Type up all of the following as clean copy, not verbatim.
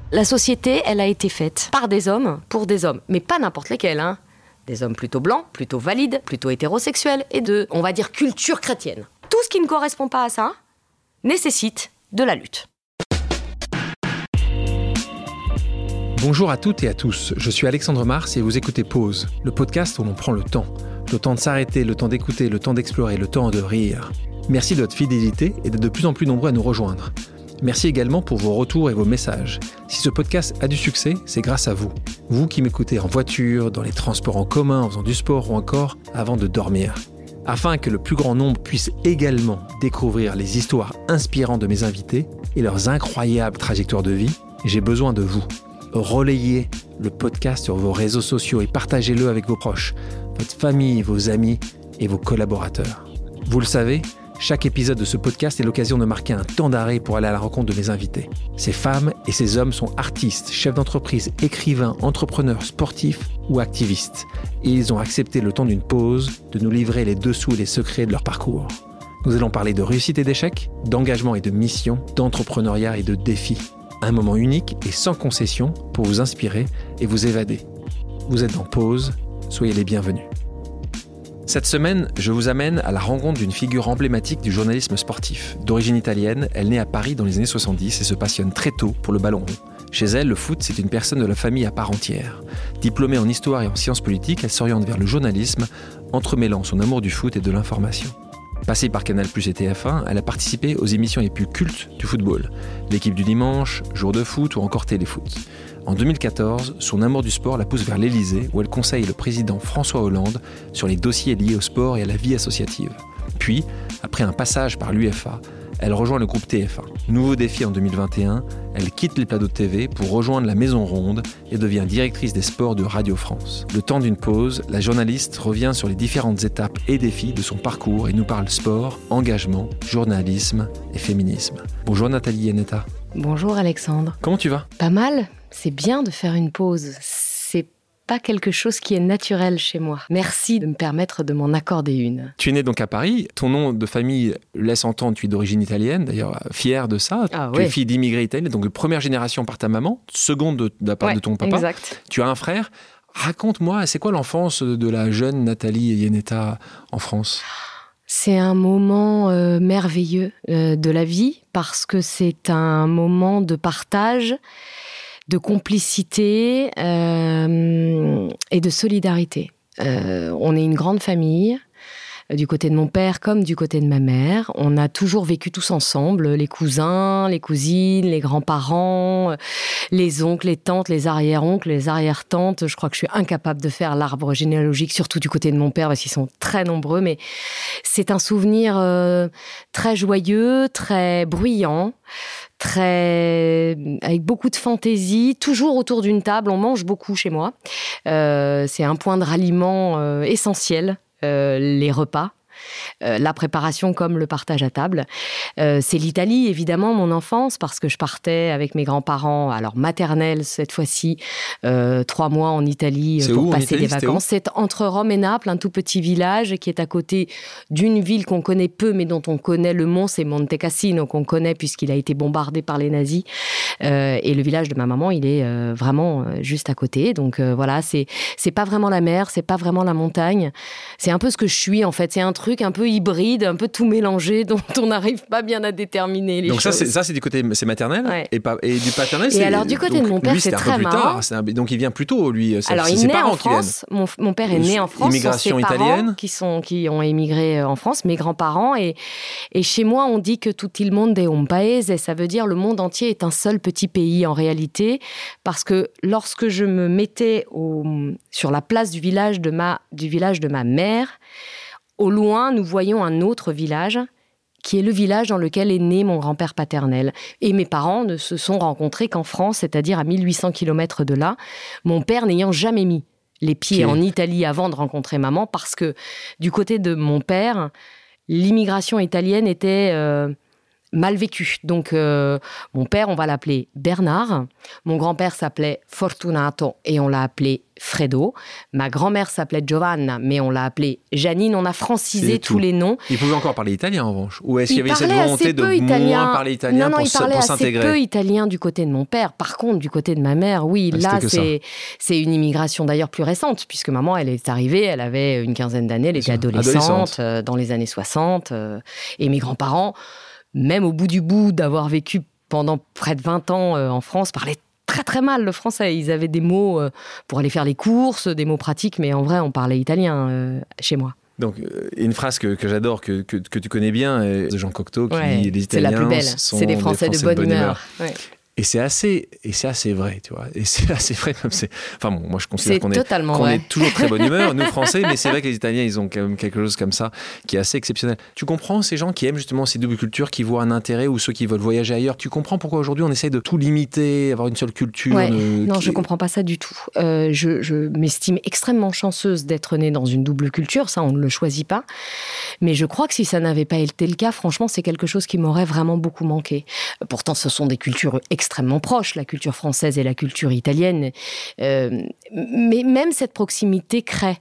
La société, elle a été faite par des hommes, pour des hommes, mais pas n'importe lesquels, hein. Des hommes plutôt blancs, plutôt valides, plutôt hétérosexuels et de, on va dire, culture chrétienne. Tout ce qui ne correspond pas à ça nécessite de la lutte. Bonjour à toutes et à tous, je suis Alexandre Mars et vous écoutez Pause, le podcast où l'on prend le temps. Le temps de s'arrêter, le temps d'écouter, le temps d'explorer, le temps de rire. Merci de votre fidélité et d'être de plus en plus nombreux à nous rejoindre. Merci également pour vos retours et vos messages. Si ce podcast a du succès, c'est grâce à vous. Vous qui m'écoutez en voiture, dans les transports en commun, en faisant du sport ou encore avant de dormir. Afin que le plus grand nombre puisse également découvrir les histoires inspirantes de mes invités et leurs incroyables trajectoires de vie, j'ai besoin de vous. Relayez le podcast sur vos réseaux sociaux et partagez-le avec vos proches, votre famille, vos amis et vos collaborateurs. Vous le savez, chaque épisode de ce podcast est l'occasion de marquer un temps d'arrêt pour aller à la rencontre de mes invités. Ces femmes et ces hommes sont artistes, chefs d'entreprise, écrivains, entrepreneurs, sportifs ou activistes. Et ils ont accepté le temps d'une pause de nous livrer les dessous et les secrets de leur parcours. Nous allons parler de réussite et d'échecs, d'engagement et de mission, d'entrepreneuriat et de défis. Un moment unique et sans concession pour vous inspirer et vous évader. Vous êtes en pause, soyez les bienvenus. Cette semaine, je vous amène à la rencontre d'une figure emblématique du journalisme sportif. D'origine italienne, elle naît à Paris dans les années 70 et se passionne très tôt pour le ballon rond. Chez elle, le foot, c'est une personne de la famille à part entière. Diplômée en histoire et en sciences politiques, elle s'oriente vers le journalisme, entremêlant son amour du foot et de l'information. Passée par Canal+ et TF1, elle a participé aux émissions les plus cultes du football. L'équipe du dimanche, Jour de foot ou encore Téléfoot. En 2014, son amour du sport la pousse vers l'Élysée où elle conseille le président François Hollande sur les dossiers liés au sport et à la vie associative. Puis, après un passage par l'UEFA, elle rejoint le groupe TF1. Nouveau défi en 2021, elle quitte les plateaux de TV pour rejoindre la Maison Ronde et devient directrice des sports de Radio France. Le temps d'une pause, la journaliste revient sur les différentes étapes et défis de son parcours et nous parle sport, engagement, journalisme et féminisme. Bonjour Nathalie Iannetta. Bonjour Alexandre. Comment tu vas ? Pas mal, c'est bien de faire une pause. C'est pas quelque chose qui est naturel chez moi. Merci de me permettre de m'en accorder une. Tu es née donc à Paris. Ton nom de famille laisse entendre que tu es d'origine italienne. D'ailleurs, fière de ça. Tu es fille d'immigrés italiens, donc de première génération par ta maman, seconde de la part de ton papa. Exact. Tu as un frère. Raconte-moi, c'est quoi l'enfance de la jeune Nathalie Iannetta en France ? C'est un moment merveilleux de la vie parce que c'est un moment de partage, de complicité et de solidarité. On est une grande famille, du côté de mon père comme du côté de ma mère. On a toujours vécu tous ensemble, les cousins, les cousines, les grands-parents, les oncles, les tantes, les arrière-oncles, les arrière-tantes. Je crois que je suis incapable de faire l'arbre généalogique, surtout du côté de mon père, parce qu'ils sont très nombreux. Mais c'est un souvenir très joyeux, très bruyant, avec beaucoup de fantaisie, toujours autour d'une table. On mange beaucoup chez moi. C'est un point de ralliement essentiel. Les repas, la préparation comme le partage à table. C'est l'Italie, évidemment, mon enfance, parce que je partais avec mes grands-parents, alors maternelle cette fois-ci, 3 mois en Italie pour passer des vacances. C'est entre Rome et Naples, un tout petit village qui est à côté d'une ville qu'on connaît peu, mais dont on connaît le mont, c'est Monte Cassino, qu'on connaît puisqu'il a été bombardé par les nazis. Et le village de ma maman, il est vraiment juste à côté. Donc voilà, c'est pas vraiment la mer, c'est pas vraiment la montagne. C'est un peu ce que je suis, en fait. C'est un truc un peu hybride, un peu tout mélangé, dont on n'arrive pas bien à déterminer les choses. Donc ça, c'est du côté maternel, ouais. et du paternel, et alors du côté de mon père, c'est très marrant. Donc il vient plus tôt, lui. Alors il est né en France. Mon père est né en France. Immigration ses italienne. Qui ont émigré en France, mes grands-parents. Et chez moi, on dit que tout il monde est un paese, et ça veut dire le monde entier est un seul petit pays en réalité, parce que lorsque je me mettais sur la place du village de ma mère, au loin, nous voyons un autre village qui est le village dans lequel est né mon grand-père paternel. Et mes parents ne se sont rencontrés qu'en France, c'est-à-dire à 1800 km de là, mon père n'ayant jamais mis les pieds en Italie avant de rencontrer maman, parce que du côté de mon père, l'immigration italienne était mal vécu. Donc, mon père, on va l'appeler Bernard. Mon grand-père s'appelait Fortunato et on l'a appelé Fredo. Ma grand-mère s'appelait Giovanna, mais on l'a appelée Janine. On a francisé tous les noms. Il pouvait encore parler italien, en revanche? Ou est-ce qu'il y avait cette volonté de italien. moins parler italien pour s'intégrer? Non, il parlait assez peu italien du côté de mon père. Par contre, du côté de ma mère, oui, là, c'est une immigration d'ailleurs plus récente, puisque maman, elle est arrivée, elle avait une quinzaine d'années, elle était adolescente dans les années 60. Et mes grands-parents, même au bout du bout d'avoir vécu pendant près de 20 ans en France, parlaient très très mal le français. Ils avaient des mots pour aller faire les courses, des mots pratiques, mais en vrai, on parlait italien chez moi. Donc, une phrase que j'adore, que tu connais bien, de Jean Cocteau, qui dit « Les Italiens c'est la plus belle. sont des Français de bonne humeur. » Et c'est assez vrai, tu vois. Et c'est assez vrai comme c'est. Enfin bon, moi je considère qu'on est toujours très bonne humeur, nous Français, mais c'est vrai que les Italiens, ils ont quand même quelque chose comme ça qui est assez exceptionnel. Tu comprends ces gens qui aiment justement ces doubles cultures, qui voient un intérêt, ou ceux qui veulent voyager ailleurs. Tu comprends pourquoi aujourd'hui on essaye de tout limiter, avoir une seule culture? Non, je comprends pas ça du tout. Je m'estime extrêmement chanceuse d'être née dans une double culture, ça on ne le choisit pas. Mais je crois que si ça n'avait pas été le cas, franchement, c'est quelque chose qui m'aurait vraiment beaucoup manqué. Pourtant, ce sont des cultures extrêmement proches, la culture française et la culture italienne. Mais même cette proximité crée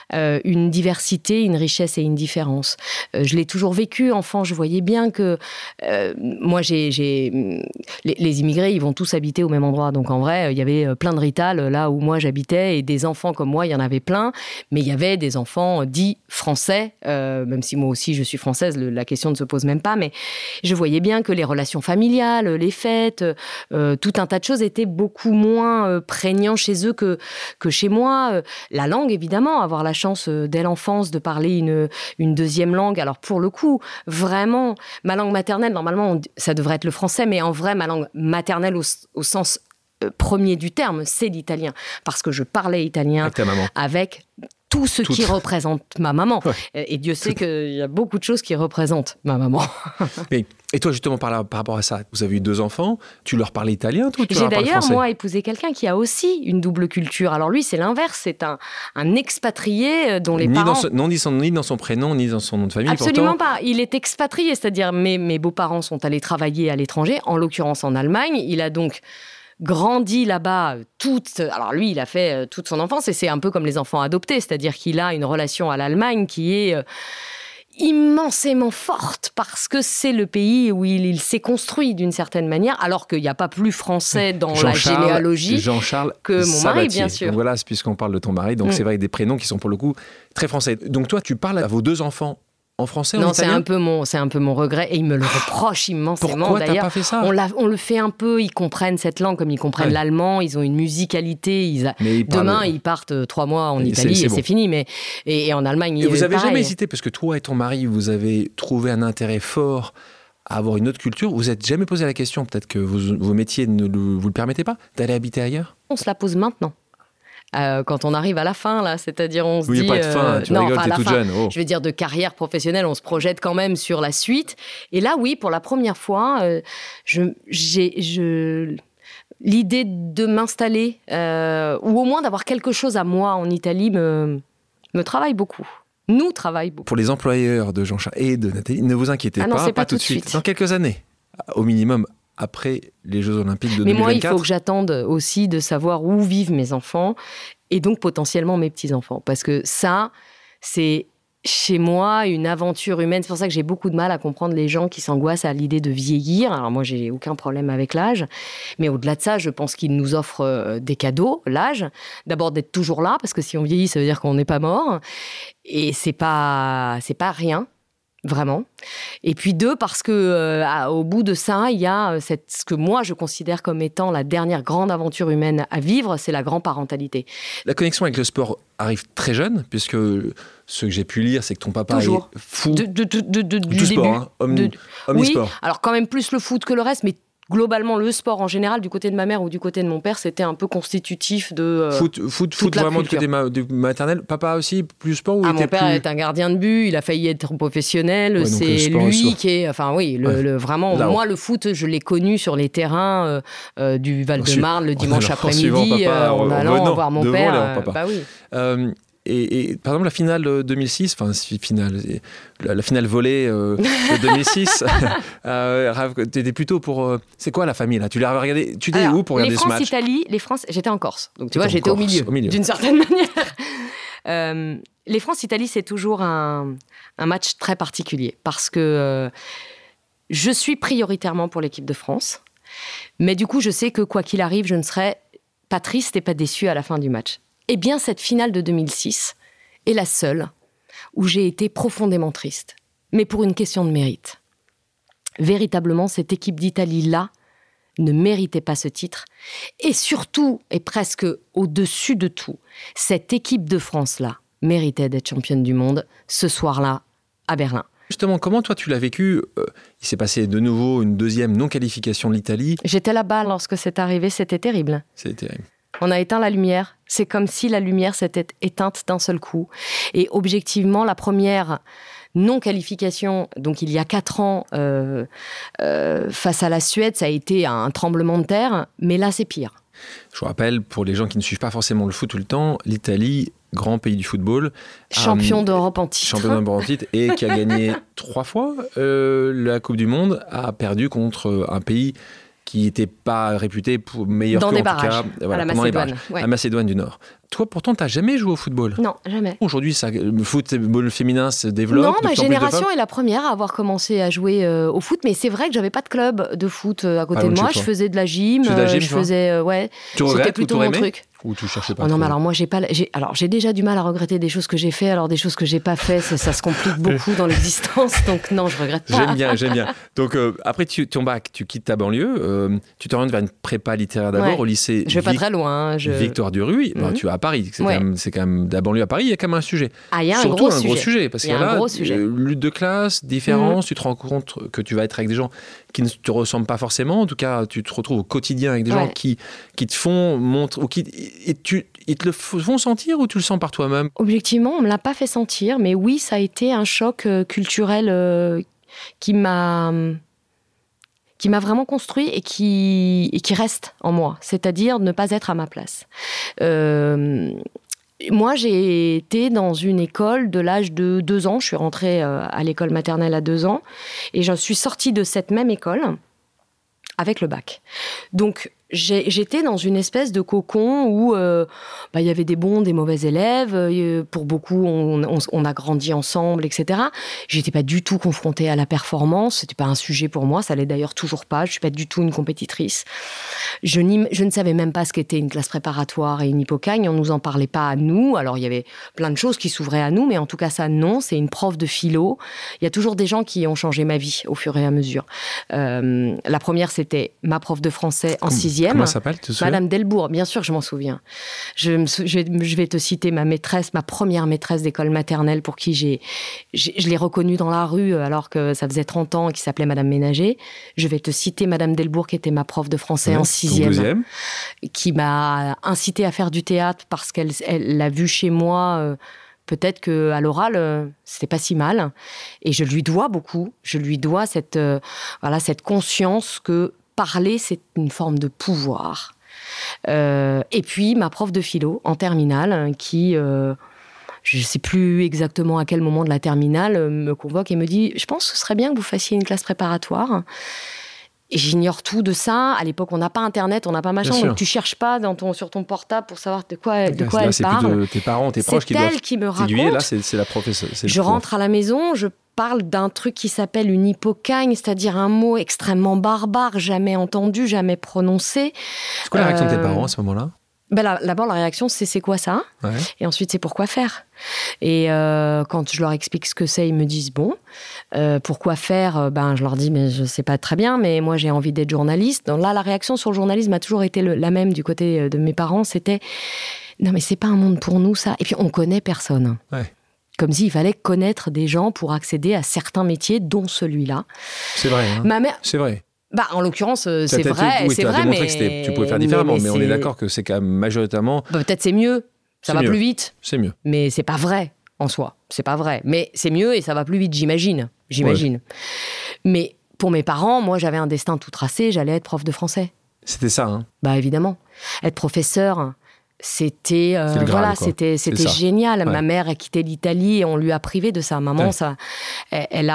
une diversité, une richesse et une différence. Je l'ai toujours vécu, enfant, je voyais bien que moi, les immigrés, ils vont tous habiter au même endroit. Donc en vrai, il y avait plein de rital là où moi j'habitais, et des enfants comme moi, il y en avait plein, mais il y avait des enfants dits français, même si moi aussi je suis française, la question ne se pose même pas, mais je voyais bien que les relations familiales, les fêtes, tout un tas de choses étaient beaucoup moins prégnants chez eux que chez moi. La langue, évidemment, avoir la chance dès l'enfance de parler une deuxième langue. Alors pour le coup, vraiment, ma langue maternelle, normalement, ça devrait être le français, mais en vrai, ma langue maternelle au sens premier du terme, c'est l'italien. Parce que je parlais italien avec ta maman. Avec tout ce qui représente ma maman. Ouais. Et Dieu sait qu'il y a beaucoup de choses qui représentent ma maman. Et toi, justement, par rapport à ça, vous avez eu 2 enfants, tu leur parlais italien, toi, tu J'ai leur parles d'ailleurs, français? moi, épousé quelqu'un qui a aussi une double culture. Alors lui, c'est l'inverse, c'est un expatrié dont les parents... Ni dans son prénom, ni dans son nom de famille. Absolument pourtant... pas. Il est expatrié, c'est-à-dire mes beaux-parents sont allés travailler à l'étranger, en l'occurrence en Allemagne. Il a donc grandi là-bas alors lui, il a fait toute son enfance, et c'est un peu comme les enfants adoptés, c'est-à-dire qu'il a une relation à l'Allemagne qui est immensément forte, parce que c'est le pays où il s'est construit d'une certaine manière, alors qu'il n'y a pas plus français dans la généalogie Jean-Charles que mon mari, bien sûr. Donc voilà, puisqu'on parle de ton mari, donc c'est vrai, des prénoms qui sont pour le coup très français. Donc toi, tu parles à vos 2 enfants en français, en italien? Non, c'est un peu mon regret, et ils me le reprochent immensément. Pourquoi d'ailleurs, t'as pas fait ça? On le fait un peu, ils comprennent cette langue comme ils comprennent l'allemand, ils ont une musicalité, demain ils partent 3 mois en Italie et c'est fini, et en Allemagne, vous avez jamais hésité, parce que toi et ton mari, vous avez trouvé un intérêt fort à avoir une autre culture, vous n'êtes jamais posé la question, peut-être que vos métiers ne vous le permettaient pas, d'aller habiter ailleurs? On se la pose maintenant. Quand on arrive à la fin, là, c'est-à-dire on se dit... Il n'y a pas de fin, tu rigoles, t'es toute jeune. Je veux dire, de carrière professionnelle, on se projette quand même sur la suite. Et là, oui, pour la première fois, l'idée de m'installer, ou au moins d'avoir quelque chose à moi en Italie, me travaille beaucoup. Nous travaille beaucoup. Pour les employeurs de Jean-Charles et de Nathalie, ne vous inquiétez pas tout de suite. Dans quelques années, au minimum, après les Jeux Olympiques de 2024. Mais moi, il faut que j'attende aussi de savoir où vivent mes enfants, et donc potentiellement mes petits-enfants. Parce que ça, c'est chez moi une aventure humaine. C'est pour ça que j'ai beaucoup de mal à comprendre les gens qui s'angoissent à l'idée de vieillir. Alors moi, j'ai aucun problème avec l'âge. Mais au-delà de ça, je pense qu'il nous offre des cadeaux, l'âge. D'abord, d'être toujours là, parce que si on vieillit, ça veut dire qu'on n'est pas mort. Et c'est pas rien. Vraiment. Et puis 2, parce que au bout de ça, il y a ce que moi je considère comme étant la dernière grande aventure humaine à vivre, c'est la grand-parentalité. La connexion avec le sport arrive très jeune, puisque ce que j'ai pu lire, c'est que ton papa est fou du sport, hein, omnisport. Oui, alors quand même plus le foot que le reste, mais globalement, le sport en général, du côté de ma mère ou du côté de mon père, c'était un peu constitutif de foot vraiment du côté maternel. Papa aussi, plus sport ou mon père est un gardien de but, il a failli être professionnel. C'est lui qui est... Enfin oui, vraiment, moi, le foot, je l'ai connu sur les terrains du Val-de-Marne le dimanche après-midi, en allant voir mon père. Bah oui. Et par exemple, la finale 2006, la finale volée de 2006, t'étais plutôt pour... c'est quoi la famille, là? Tu l'as regardé? Tu étais où pour regarder ce match? J'étais en Corse. Donc, tu vois, j'étais au milieu, d'une certaine manière. Les France-Italie, c'est toujours un match très particulier parce que je suis prioritairement pour l'équipe de France. Mais du coup, je sais que quoi qu'il arrive, je ne serai pas triste et pas déçue à la fin du match. Eh bien, cette finale de 2006 est la seule où j'ai été profondément triste. Mais pour une question de mérite. Véritablement, cette équipe d'Italie-là ne méritait pas ce titre. Et surtout, et presque au-dessus de tout, cette équipe de France-là méritait d'être championne du monde ce soir-là à Berlin. Justement, comment toi tu l'as vécu? Il s'est passé de nouveau une deuxième non-qualification de l'Italie. J'étais là-bas lorsque c'est arrivé, c'était terrible. C'était terrible. On a éteint la lumière. C'est comme si la lumière s'était éteinte d'un seul coup. Et objectivement, la première non-qualification, donc il y a 4 ans, face à la Suède, ça a été un tremblement de terre. Mais là, c'est pire. Je vous rappelle, pour les gens qui ne suivent pas forcément le foot tout le temps, l'Italie, grand pays du football. Champion d'Europe en titre. Champion d'Europe en titre et qui a gagné 3 fois la Coupe du Monde, a perdu contre un pays qui n'était pas réputé pour meilleur dans que, des en barrages, tout cas, voilà, à la pendant les Macédoine. barrages, la Macédoine du Nord. Toi, pourtant, tu n'as jamais joué au football? Non, jamais. Aujourd'hui, le football féminin se développe. Non, ma génération est la première à avoir commencé à jouer au foot, mais c'est vrai que j'avais pas de club de foot à côté de moi. Je faisais de la gym. Tu faisais, ouais. Tu regrettes c'était plutôt mon truc. Ou tu cherchais pas? Oh non, mais alors moi j'ai déjà du mal à regretter des choses que j'ai fait, alors des choses que j'ai pas fait, ça se complique beaucoup dans l'existence, donc non, je regrette pas. J'aime bien. Donc après ton bac, tu quittes ta banlieue, tu t'orientes vers une prépa littéraire d'abord au lycée. Je vais pas très loin. Victoire Duruy. Tu vas à Paris, c'est quand même de la banlieue à Paris. Il y a quand même un sujet. Ah, il y a surtout un gros sujet, parce que là, lutte de classe, différence, tu te rends compte que tu vas être avec des gens qui ne te ressemblent pas forcément. En tout cas, tu te retrouves au quotidien avec des gens qui te font montrer, ou ils te le font sentir, ou tu le sens par toi-même? Objectivement, on me l'a pas fait sentir, mais oui, ça a été un choc culturel qui m'a vraiment construit et qui reste en moi, c'est-à-dire ne pas être à ma place. Moi, j'ai été dans une école de l'âge de 2 ans. Je suis rentrée à l'école maternelle à 2 ans et je suis sortie de cette même école avec le bac. Donc, j'étais dans une espèce de cocon où il y avait des bons, des mauvais élèves. Pour beaucoup, on a grandi ensemble, etc. J'étais pas du tout confrontée à la performance. C'était pas un sujet pour moi. Ça l'est d'ailleurs toujours pas. Je suis pas du tout une compétitrice. Je ne savais même pas ce qu'était une classe préparatoire et une hypocagne. On nous en parlait pas à nous. Alors, il y avait plein de choses qui s'ouvraient à nous, mais en tout cas, ça, non. C'est une prof de philo. Il y a toujours des gens qui ont changé ma vie au fur et à mesure. La première, c'était ma prof de français en 6e. Comment ça s'appelle, Madame Delbourg, bien sûr, je m'en souviens. Je vais te citer ma première maîtresse d'école maternelle pour qui je l'ai reconnue dans la rue alors que ça faisait 30 ans, qui s'appelait Madame Ménager. Je vais te citer Madame Delbourg, qui était ma prof de français en 6e, qui m'a incité à faire du théâtre parce qu'elle l'a vu chez moi. Peut-être qu'à l'oral, c'était pas si mal. Et je lui dois beaucoup. Je lui dois cette conscience que parler, c'est une forme de pouvoir. Et puis, ma prof de philo en terminale, qui, je ne sais plus exactement à quel moment de la terminale, me convoque et me dit « Je pense que ce serait bien que vous fassiez une classe préparatoire ». Et j'ignore tout de ça. À l'époque, on n'a pas Internet, on n'a pas machin, donc tu cherches pas sur ton portable pour savoir de quoi elle parle. C'est plutôt tes parents, tes proches qui doivent t'aiguiller. Là, c'est la professeure. Je rentre à la maison, je parle d'un truc qui s'appelle une hypocagne, c'est-à-dire un mot extrêmement barbare, jamais entendu, jamais prononcé. C'est quoi la réaction de tes parents à ce moment-là? D'abord, la réaction, c'est quoi ça? Et ensuite, c'est pourquoi faire? Et quand je leur explique ce que c'est, ils me disent bon, pourquoi faire? Je leur dis mais je sais pas très bien, mais moi j'ai envie d'être journaliste. Donc là, la réaction sur le journalisme a toujours été la même du côté de mes parents. C'était non mais c'est pas un monde pour nous ça. Et puis on connaît personne. Comme s'il fallait connaître des gens pour accéder à certains métiers, dont celui-là. C'est vrai. Ma mère. C'est vrai. En l'occurrence, c'est vrai, mais... que tu pouvais faire différemment, mais on est d'accord que c'est quand même majoritairement... Peut-être c'est mieux, ça va plus vite. C'est mieux. Mais c'est pas vrai, en soi. C'est pas vrai. Mais c'est mieux et ça va plus vite, j'imagine. Ouais. Mais pour mes parents, moi, j'avais un destin tout tracé, j'allais être prof de français. C'était ça, hein? Évidemment. Être professeur, C'est C'était le Graal, quoi. c'était C'est ça. génial. Ouais. Ma mère a quitté l'Italie et on lui a privé de ça. Maman, elle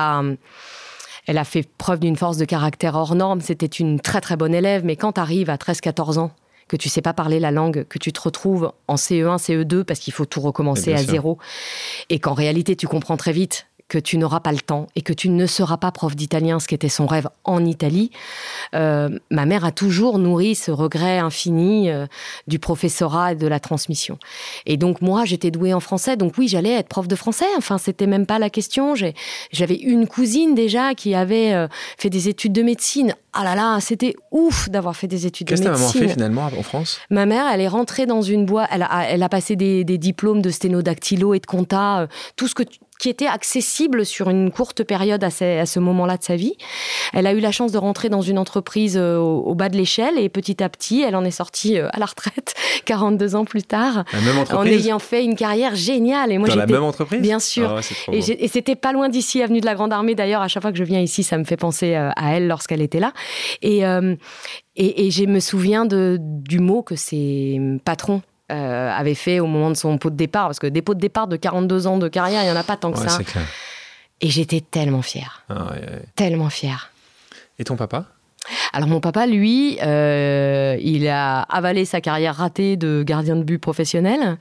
a fait preuve d'une force de caractère hors norme. C'était une très très bonne élève, mais quand tu arrives à 13-14 ans, que tu sais pas parler la langue, que tu te retrouves en CE1, CE2 parce qu'il faut tout recommencer à zéro, et qu'en réalité tu comprends très vite que tu n'auras pas le temps et que tu ne seras pas prof d'italien, ce qui était son rêve en Italie. Ma mère a toujours nourri ce regret infini du professorat et de la transmission. Et donc moi, j'étais douée en français, donc oui, j'allais être prof de français. Enfin, c'était même pas la question. J'avais une cousine déjà qui avait fait des études de médecine. Ah là là, c'était ouf d'avoir fait des études de médecine. Qu'est-ce que ta maman fait finalement en France ? Ma mère, elle est rentrée dans une boîte, elle a passé des diplômes de sténodactylo et de compta, tout ce qui était accessible sur une courte période à ce moment-là de sa vie. Elle a eu la chance de rentrer dans une entreprise au bas de l'échelle et petit à petit, elle en est sortie à la retraite 42 ans plus tard. La même entreprise ? En ayant fait une carrière géniale. Et moi, dans la même entreprise ? Bien sûr. Ah ouais, c'est trop beau. Et c'était pas loin d'ici, avenue de la Grande Armée. D'ailleurs, à chaque fois que je viens ici, ça me fait penser à elle lorsqu'elle était là. Et je me souviens du mot que ses patrons avait fait au moment de son pot de départ, parce que des pots de départ de 42 ans de carrière, il n'y en a pas tant que ça. C'est clair. Et j'étais tellement fière. Ah, ouais. Tellement fière. Et ton papa ? Alors mon papa, lui, il a avalé sa carrière ratée de gardien de but professionnel.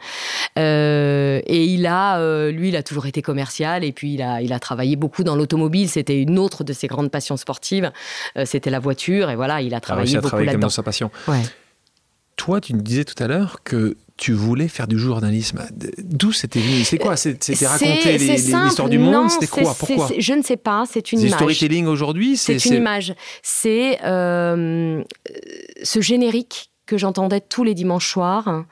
Et il a toujours été commercial. Et puis il a travaillé beaucoup dans l'automobile. C'était une autre de ses grandes passions sportives. C'était la voiture. Et voilà, il a travaillé beaucoup là-dedans. Comme dans sa passion. Ouais. Toi, tu me disais tout à l'heure que tu voulais faire du journalisme. D'où c'était venu ? C'est quoi ? C'était raconter l'histoire du monde ? C'était quoi ? Pourquoi ? Je ne sais pas, c'est une image. image. Storytelling aujourd'hui ? C'est une image. C'est ce générique que j'entendais tous les dimanches soirs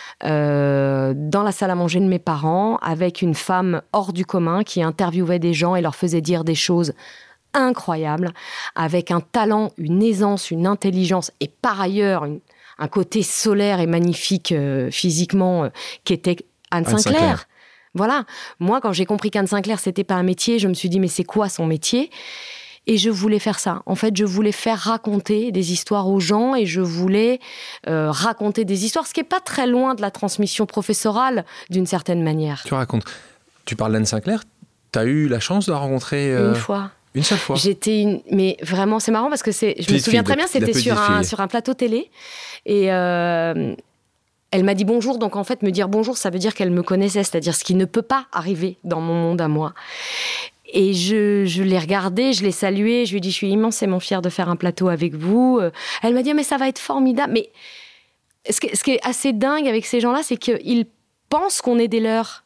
dans la salle à manger de mes parents, avec une femme hors du commun qui interviewait des gens et leur faisait dire des choses incroyables, avec un talent, une aisance, une intelligence et par ailleurs un côté solaire et magnifique physiquement qui était Anne Sinclair. Voilà. Moi, quand j'ai compris qu'Anne Sinclair, c'était pas un métier, je me suis dit, mais c'est quoi son métier ? Et je voulais faire ça. En fait, je voulais faire raconter des histoires aux gens et je voulais raconter des histoires, ce qui n'est pas très loin de la transmission professorale, d'une certaine manière. Tu parles d'Anne Sinclair, tu as eu la chance de la rencontrer une fois. Une seule fois. Mais vraiment, c'est marrant parce que je me souviens très bien, c'était sur un plateau télé. Et elle m'a dit bonjour. Donc, en fait, me dire bonjour, ça veut dire qu'elle me connaissait. C'est-à-dire ce qui ne peut pas arriver dans mon monde à moi. Et je l'ai regardée, je l'ai saluée. Je lui ai dit, je suis immensément fière de faire un plateau avec vous. Elle m'a dit, mais ça va être formidable. Mais ce qui est assez dingue avec ces gens-là, c'est qu'ils pensent qu'on est des leurs.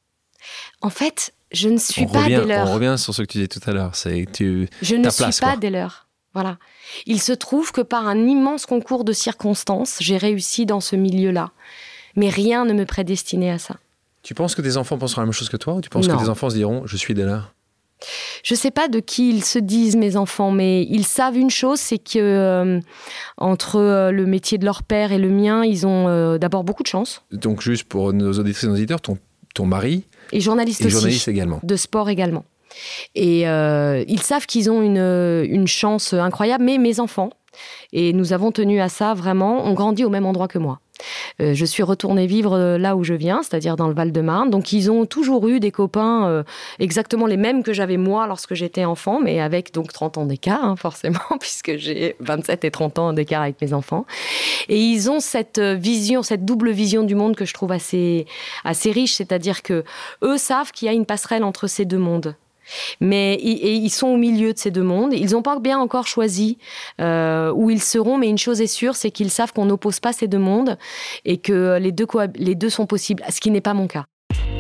En fait, je ne suis pas des leurs. On revient sur ce que tu disais tout à l'heure. Je ne suis pas des leurs. Voilà. Il se trouve que par un immense concours de circonstances, j'ai réussi dans ce milieu-là. Mais rien ne me prédestinait à ça. Tu penses que tes enfants penseront la même chose que toi ? Ou tu penses que tes enfants se diront « je suis des leurs » ? Je ne sais pas de qui ils se disent, mes enfants, mais ils savent une chose, c'est que entre le métier de leur père et le mien, ils ont d'abord beaucoup de chance. Donc juste pour nos auditrices et nos auditeurs, ton mari... Et journaliste aussi. Journaliste également. De sport également. Et ils savent qu'ils ont une chance incroyable, mais mes enfants, et nous avons tenu à ça vraiment, ont grandi au même endroit que moi. Je suis retournée vivre là où je viens, c'est-à-dire dans le Val-de-Marne. Donc, ils ont toujours eu des copains exactement les mêmes que j'avais moi lorsque j'étais enfant, mais avec donc 30 ans d'écart, forcément, puisque j'ai 27 et 30 ans d'écart avec mes enfants. Et ils ont cette vision, cette double vision du monde que je trouve assez riche, c'est-à-dire que eux savent qu'il y a une passerelle entre ces deux mondes. Mais ils sont au milieu de ces deux mondes. Ils n'ont pas bien encore choisi où ils seront, mais une chose est sûre, c'est qu'ils savent qu'on n'oppose pas ces deux mondes et que les deux sont possibles, ce qui n'est pas mon cas.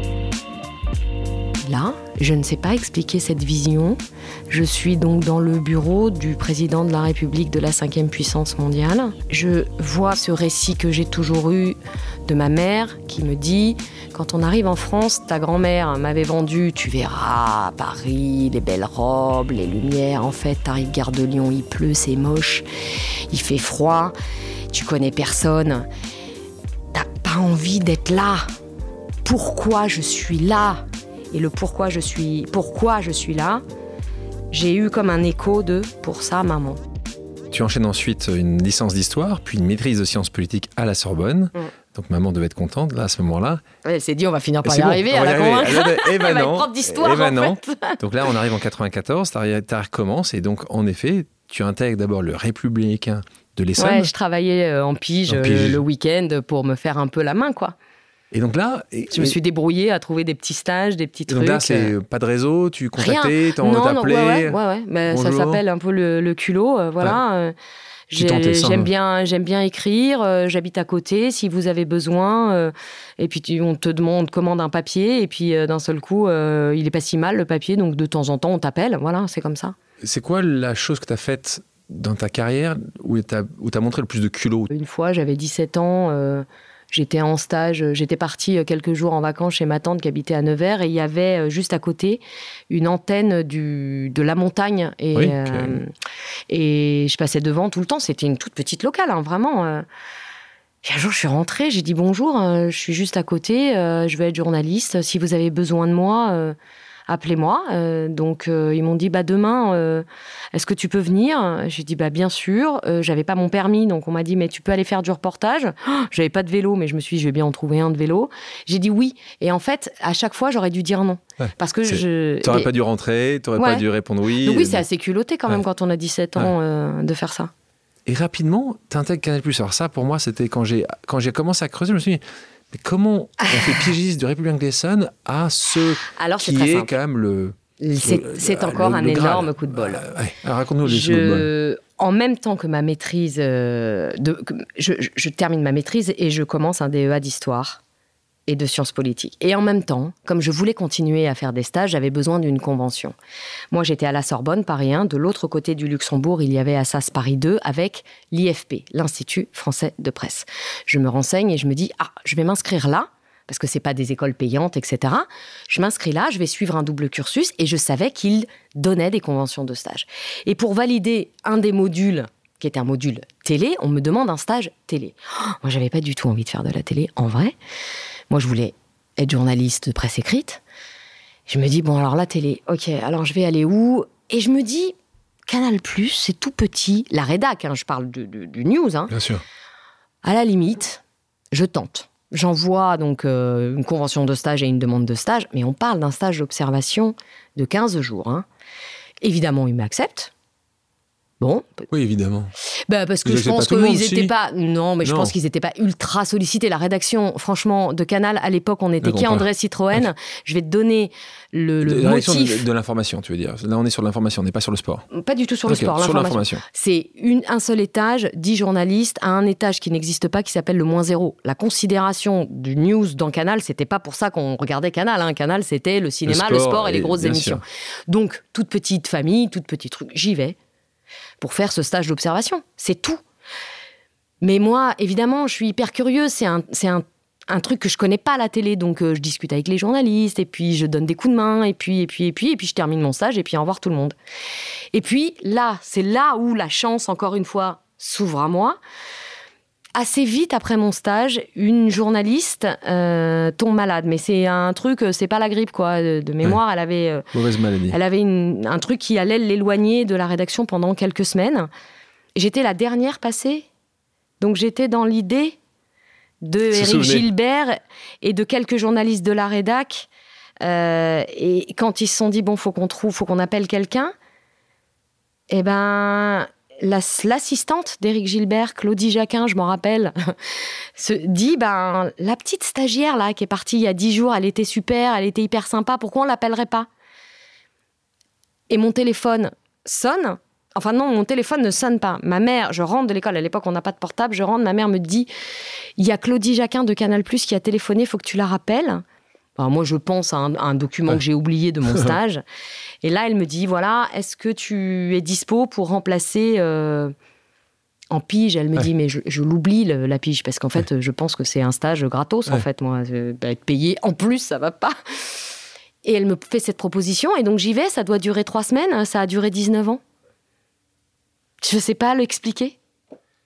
Là, je ne sais pas expliquer cette vision. Je suis donc dans le bureau du président de la République de la 5e puissance mondiale. Je vois ce récit que j'ai toujours eu de ma mère qui me dit « Quand on arrive en France, ta grand-mère m'avait vendu, tu verras, Paris, les belles robes, les lumières. En fait, t'arrives gare de Lyon, il pleut, c'est moche, il fait froid, tu connais personne. T'as pas envie d'être là. Pourquoi je suis là ?» Et le pourquoi je suis là, j'ai eu comme un écho de « pour ça, maman ». Tu enchaînes ensuite une licence d'histoire, puis une maîtrise de sciences politiques à la Sorbonne. Donc maman devait être contente là à ce moment-là. Elle s'est dit on va finir par y arriver, elle a convaincu. Eh ben elle va non. être prof d'histoire en fait. Donc là on arrive en 94, ta recommence et donc en effet tu intègres d'abord le Républicain de l'Essonne. Ouais, je travaillais en pige le week-end pour me faire un peu la main quoi. Et donc là... Je me suis débrouillée à trouver des petits stages, des petits trucs. Donc là, c'est pas de réseau, tu contactais, t'appelais. Ouais. Mais ça s'appelle un peu le culot, voilà. Ouais. J'aime bien écrire, j'habite à côté, si vous avez besoin. Et puis on te commande un papier, et puis d'un seul coup, il est pas si mal le papier, donc de temps en temps, on t'appelle. Voilà, c'est comme ça. C'est quoi la chose que tu as faite dans ta carrière où t'as montré le plus de culot? Une fois, j'avais 17 ans... J'étais en stage, j'étais partie quelques jours en vacances chez ma tante qui habitait à Nevers et il y avait juste à côté une antenne de la montagne et je passais devant tout le temps. C'était une toute petite locale, hein, vraiment. Et un jour, je suis rentrée, j'ai dit bonjour, je suis juste à côté, je vais être journaliste. Si vous avez besoin de moi, appelez-moi. Donc ils m'ont dit demain, est-ce que tu peux venir? J'ai dit bien sûr. J'avais pas mon permis, donc on m'a dit mais tu peux aller faire du reportage. J'avais pas de vélo, mais je me suis dit je vais bien en trouver un de vélo. J'ai dit oui. Et en fait, à chaque fois j'aurais dû dire non, parce que t'aurais pas dû rentrer, t'aurais pas dû répondre oui. Donc oui, c'est assez culotté quand même quand on a 17 ans de faire ça. Et rapidement, t'intègres Canal+. Alors ça, pour moi, c'était quand j'ai commencé à creuser, je me suis dit mais comment on fait pigiste de Républicain de l'Essonne à ce qui est quand même c'est encore un énorme coup de bol. Alors, raconte-nous le coup de bol. En même temps que ma maîtrise, je termine ma maîtrise et je commence un DEA d'histoire et de sciences politiques. Et en même temps, comme je voulais continuer à faire des stages, j'avais besoin d'une convention. Moi, j'étais à la Sorbonne, Paris 1. De l'autre côté du Luxembourg, il y avait Assas Paris 2 avec l'IFP, l'Institut français de presse. Je me renseigne et je me dis, je vais m'inscrire là, parce que c'est pas des écoles payantes, etc. Je m'inscris là, je vais suivre un double cursus et je savais qu'ils donnaient des conventions de stage. Et pour valider un des modules, qui était un module télé, on me demande un stage télé. Moi, j'avais pas du tout envie de faire de la télé, en vrai. Moi, je voulais être journaliste de presse écrite. Je me dis, alors la télé, ok, alors je vais aller où? Et je me dis, Canal+, c'est tout petit. La rédac, je parle du news. Bien sûr. À la limite, je tente. J'envoie donc une convention de stage et une demande de stage, mais on parle d'un stage d'observation de 15 jours. Évidemment, ils m'acceptent. Bon. Oui, évidemment. Parce que je pense qu'ils n'étaient pas... Non, mais je pense qu'ils n'étaient pas ultra sollicités. La rédaction, franchement, de Canal, à l'époque, on n'était qu'André Citroën. Okay. Je vais te donner le motif... De l'information, tu veux dire. Là, on est sur l'information, on n'est pas sur le sport. Pas du tout sur le sport, l'information. C'est un seul étage, 10 journalistes, à un étage qui n'existe pas, qui s'appelle le -0. La considération du news dans Canal, c'était pas pour ça qu'on regardait Canal. Canal, c'était le cinéma, le sport et les grosses émissions. Sûr. Donc, toute petite famille, toute petite truc, j'y vais pour faire ce stage d'observation. C'est tout. Mais moi, évidemment, je suis hyper curieuse. C'est un truc que je connais pas à la télé. Donc, je discute avec les journalistes, et puis je donne des coups de main, et puis je termine mon stage, et puis au revoir tout le monde. Et puis, là, c'est là où la chance, encore une fois, s'ouvre à moi. Assez vite après mon stage, une journaliste tombe malade. Mais c'est un truc, c'est pas la grippe, quoi. De mémoire, elle avait... mauvaise maladie. Elle avait un truc qui allait l'éloigner de la rédaction pendant quelques semaines. J'étais la dernière passée. Donc j'étais dans l'idée de Éric Gilbert et de quelques journalistes de la rédac. Et quand ils se sont dit, faut qu'on appelle quelqu'un, l'assistante d'Éric Gilbert, Claudie Jacquin, je m'en rappelle, se dit, la petite stagiaire là qui est partie il y a 10 jours, elle était super, elle était hyper sympa, pourquoi on l'appellerait pas? Et mon téléphone sonne. Enfin non, mon téléphone ne sonne pas. Ma mère, je rentre de l'école, à l'époque on n'a pas de portable, je rentre, ma mère me dit, il y a Claudie Jacquin de Canal+ qui a téléphoné, il faut que tu la rappelles. Moi, je pense à un document que j'ai oublié de mon stage. Et là, elle me dit, voilà, est-ce que tu es dispo pour remplacer en pige? Elle me dit, mais je l'oublie, la pige, parce qu'en fait, je pense que c'est un stage gratos, en fait. Moi, être payé en plus, ça va pas. Et elle me fait cette proposition, et donc j'y vais, ça doit durer 3 semaines, ça a duré 19 ans. Je sais pas l'expliquer.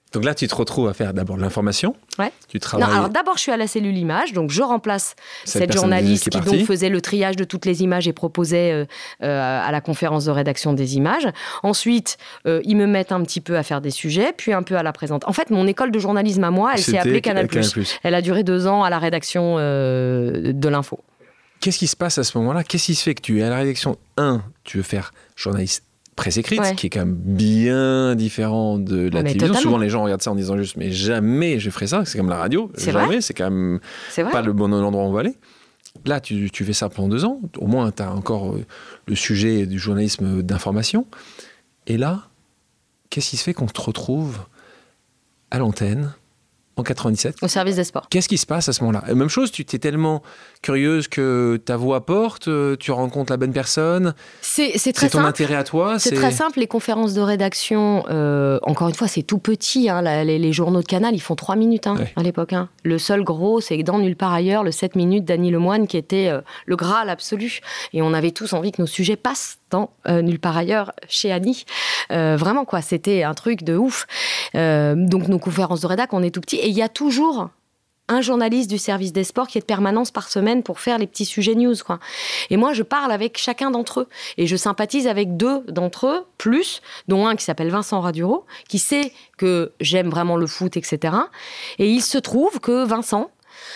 Donc là, tu te retrouves à faire d'abord de l'information. Ouais. Tu travailles... Non, alors d'abord, je suis à la cellule image, donc je remplace cette journaliste qui donc faisait le triage de toutes les images et proposait à la conférence de rédaction des images. Ensuite, ils me mettent un petit peu à faire des sujets, puis un peu à la présentation. En fait, mon école de journalisme à moi, elle s'est appelée Canal+. Elle a duré 2 ans à la rédaction de l'info. Qu'est-ce qui se passe à ce moment-là ? Qu'est-ce qui se fait que tu es à la rédaction ? Tu veux faire journaliste presse écrite, qui est quand même bien différent de la télévision. Totalement. Souvent, les gens regardent ça en disant juste, mais jamais je ferai ça, c'est comme la radio. C'est quand même pas le bon endroit où on va aller. Là, tu fais ça pendant 2 ans. Au moins, tu as encore le sujet du journalisme d'information. Et là, qu'est-ce qui se fait qu'on te retrouve à l'antenne en 97 au service des sports. Qu'est-ce qui se passe à ce moment-là ? Même chose, tu t'es tellement curieuse que ta voix porte, tu rencontres la bonne personne. C'est très simple. C'est ton intérêt à toi. C'est très simple. Les conférences de rédaction, encore une fois, c'est tout petit. Les journaux de Canal, ils font 3 minutes à l'époque. Le seul gros, c'est dans Nulle part ailleurs, le 7 minutes d'Annie Lemoine qui était le Graal absolu. Et on avait tous envie que nos sujets passent dans Nulle part ailleurs chez Annie. Vraiment, quoi. C'était un truc de ouf. Donc, nos conférences de rédac, on est tout petit. Et il y a toujours un journaliste du service des sports qui est de permanence par semaine pour faire les petits sujets news, quoi. Et moi, je parle avec chacun d'entre eux. Et je sympathise avec 2 d'entre eux, dont un qui s'appelle Vincent Raduro, qui sait que j'aime vraiment le foot, etc. Et il se trouve que Vincent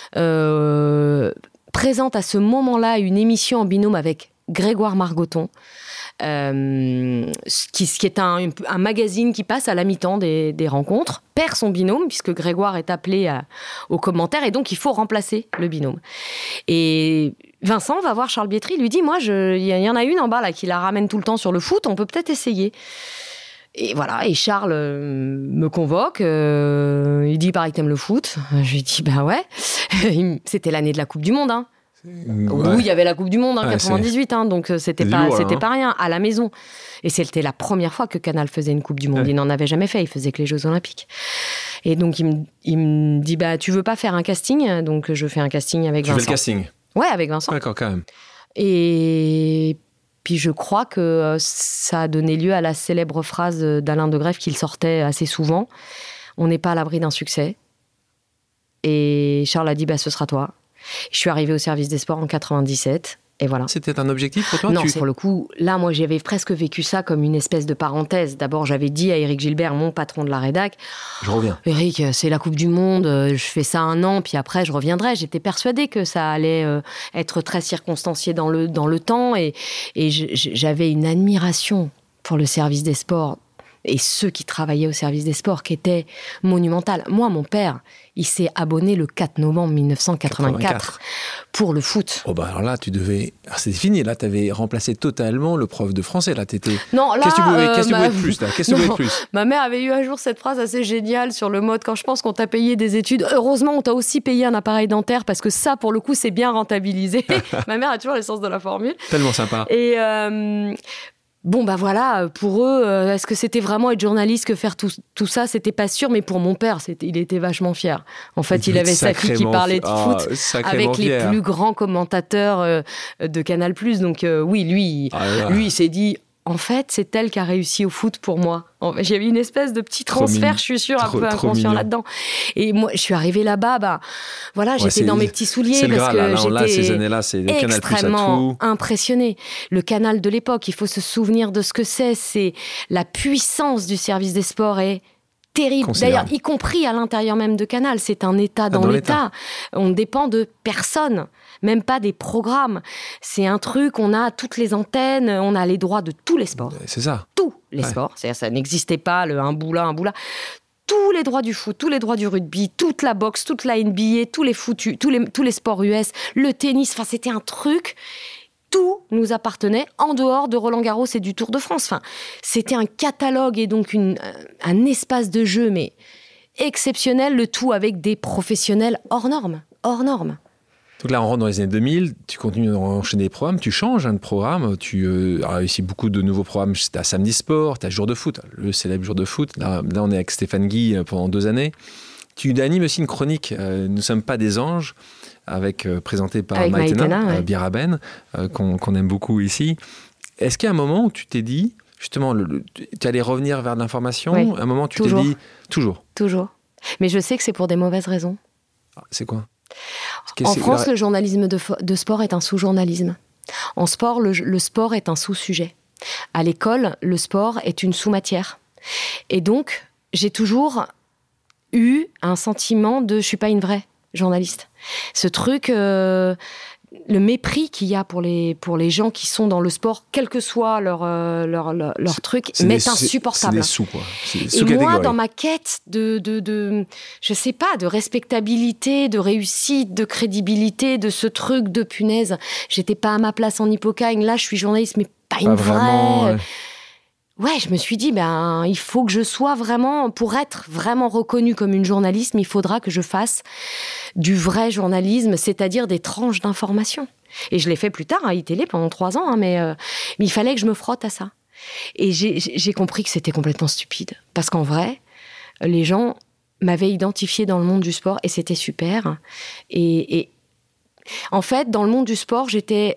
présente à ce moment-là une émission en binôme avec Grégoire Margoton, qui est un magazine qui passe à la mi-temps des rencontres, perd son binôme, puisque Grégoire est appelé aux commentaires, et donc il faut remplacer le binôme. Et Vincent va voir Charles Bietri, lui dit, moi, il y en a une en bas là, qui la ramène tout le temps sur le foot, on peut peut-être essayer. Et voilà, et Charles me convoque, il dit, il paraît que t'aimes le foot. Je lui dis, ben ouais. C'était l'année de la Coupe du Monde, où il y avait la Coupe du Monde en 98, donc c'était pas rien, à la maison. Et c'était la première fois que Canal faisait une Coupe du Monde. Il n'en avait jamais fait, il faisait que les Jeux Olympiques. Et donc il me dit, tu veux pas faire un casting ? Donc je fais un casting avec Vincent. Tu fais le casting ? Ouais, avec Vincent. D'accord, quand même. Et puis je crois que ça a donné lieu à la célèbre phrase d'Alain de Greff qu'il sortait assez souvent. On n'est pas à l'abri d'un succès. Et Charles a dit, ce sera toi. Je suis arrivée au service des sports en 97, et voilà. C'était un objectif pour toi ? Non, pour le coup, là, moi, j'avais presque vécu ça comme une espèce de parenthèse. D'abord, j'avais dit à Éric Gilbert, mon patron de la rédac, je reviens. Éric, c'est la Coupe du Monde, je fais ça 1 an, puis après, je reviendrai. J'étais persuadée que ça allait être très circonstancié dans le temps, et j'avais une admiration pour le service des sports et ceux qui travaillaient au service des sports, qui étaient monumentales. Moi, mon père, il s'est abonné le 4 novembre 1984 pour le foot. Alors là, tu devais... c'est fini, là, tu avais remplacé totalement le prof de français, là, t'étais... Non, là... Qu'est-ce que tu voulais de plus, là ? Qu'est-ce que tu voulais de plus ? Ma mère avait eu un jour cette phrase assez géniale sur le mode, quand je pense qu'on t'a payé des études, heureusement, on t'a aussi payé un appareil dentaire, parce que ça, pour le coup, c'est bien rentabilisé. Ma mère a toujours le sens de la formule. Tellement sympa. Et... Bon, voilà, pour eux, est-ce que c'était vraiment être journaliste que faire tout ça ? C'était pas sûr, mais pour mon père, il était vachement fier. En fait, il avait sa fille qui parlait de foot avec les plus grands commentateurs de Canal+. Donc oui, lui, il s'est dit... En fait, c'est elle qui a réussi au foot pour moi. J'avais une espèce de petit transfert, je suis sûre, un peu inconscient là-dedans. Et moi, je suis arrivée là-bas, j'étais dans mes petits souliers parce que j'étais ces années-là, c'est extrêmement impressionnée. Le Canal de l'époque, il faut se souvenir de ce que c'est la puissance du service des sports est terrible. D'ailleurs, y compris à l'intérieur même de Canal, c'est un État dans l'État. On dépend de personne. Même pas des programmes. C'est un truc, on a toutes les antennes, on a les droits de tous les sports. C'est ça. Tous les sports. C'est-à-dire, ça n'existait pas, un bout là. Tous les droits du foot, tous les droits du rugby, toute la boxe, toute la NBA, tous les sports US, le tennis. Enfin, c'était un truc... Tout nous appartenait en dehors de Roland-Garros et du Tour de France. Enfin, c'était un catalogue et donc un espace de jeu, mais exceptionnel, le tout avec des professionnels hors normes. Donc là, on rentre dans les années 2000, tu continues d'enchaîner des programmes, tu changes de programme, tu as réussi beaucoup de nouveaux programmes. Tu as Samedi Sport, tu as Jour de foot, le célèbre Jour de foot. Là, on est avec Stéphane Guy pendant 2 années. Tu animes aussi une chronique, Nous ne sommes pas des anges, présentée par Maïtena Biraben, qu'on aime beaucoup ici. Est-ce qu'il y a un moment où tu t'es dit, justement, tu allais revenir vers de l'information. Oui. À un moment, tu Toujours. t'es dit... Toujours. Mais je sais que c'est pour des mauvaises raisons. C'est quoi? En France, le journalisme de sport est un sous-journalisme. En sport, le sport est un sous-sujet. À l'école, le sport est une sous-matière. Et donc, j'ai toujours eu un sentiment de « je suis pas une vraie journaliste ». Ce truc, le mépris qu'il y a pour les gens qui sont dans le sport, quel que soit leur truc, m'est insupportable. C'est des sous, quoi. Et moi, dans ma quête de je sais pas, de respectabilité, de réussite, de crédibilité, de ce truc de punaise, j'étais pas à ma place en Hippocagne, là je suis journaliste, mais pas une vraie... Vraiment, ouais, je me suis dit, il faut que je sois vraiment, pour être vraiment reconnue comme une journaliste, il faudra que je fasse du vrai journalisme, c'est-à-dire des tranches d'informations. Et je l'ai fait plus tard à iTélé pendant 3 ans, mais il fallait que je me frotte à ça. Et j'ai compris que c'était complètement stupide. Parce qu'en vrai, les gens m'avaient identifiée dans le monde du sport et c'était super. Et en fait, dans le monde du sport, j'étais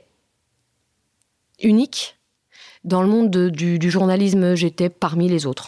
unique. Dans le monde du journalisme, j'étais parmi les autres.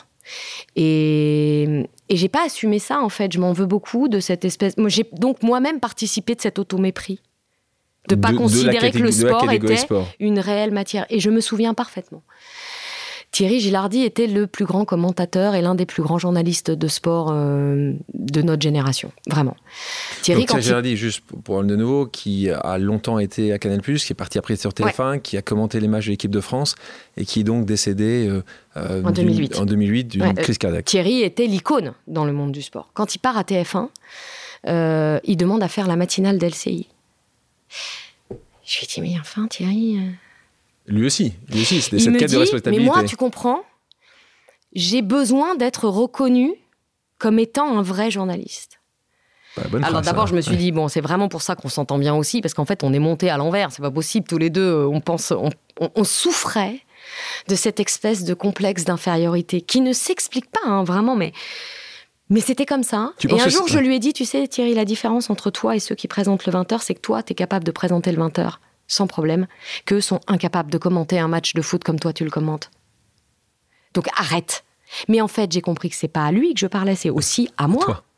Et j'ai pas assumé ça, en fait. Je m'en veux beaucoup de cette espèce... J'ai donc moi-même participé de cet auto-mépris. De pas considérer que le sport était une réelle matière. Et je me souviens parfaitement. Thierry Gilardi était le plus grand commentateur et l'un des plus grands journalistes de sport de notre génération. Vraiment. Thierry Gilardi, juste pour le de nouveau, qui a longtemps été à Canal+, qui est parti après sur TF1, qui a commenté les matchs de l'équipe de France et qui est donc décédé en 2008 d'une crise cardiaque. Thierry était l'icône dans le monde du sport. Quand il part à TF1, il demande à faire la matinale d'LCI. Je lui ai dit, mais enfin Thierry... Lui aussi, c'était cette quête de respectabilité. Mais moi, tu comprends, j'ai besoin d'être reconnu comme étant un vrai journaliste. Alors d'abord, je me suis dit, c'est vraiment pour ça qu'on s'entend bien aussi, parce qu'en fait, on est montés à l'envers, c'est pas possible, tous les deux, on souffrait de cette espèce de complexe d'infériorité, qui ne s'explique pas, vraiment, mais c'était comme ça. Et un jour, je lui ai dit, tu sais, Thierry, la différence entre toi et ceux qui présentent le 20h, c'est que toi, t'es capable de présenter le 20h. Sans problème, qu'eux sont incapables de commenter un match de foot comme toi tu le commentes. Donc arrête. Mais en fait, j'ai compris que c'est pas à lui que je parlais, c'est aussi à moi. Toi.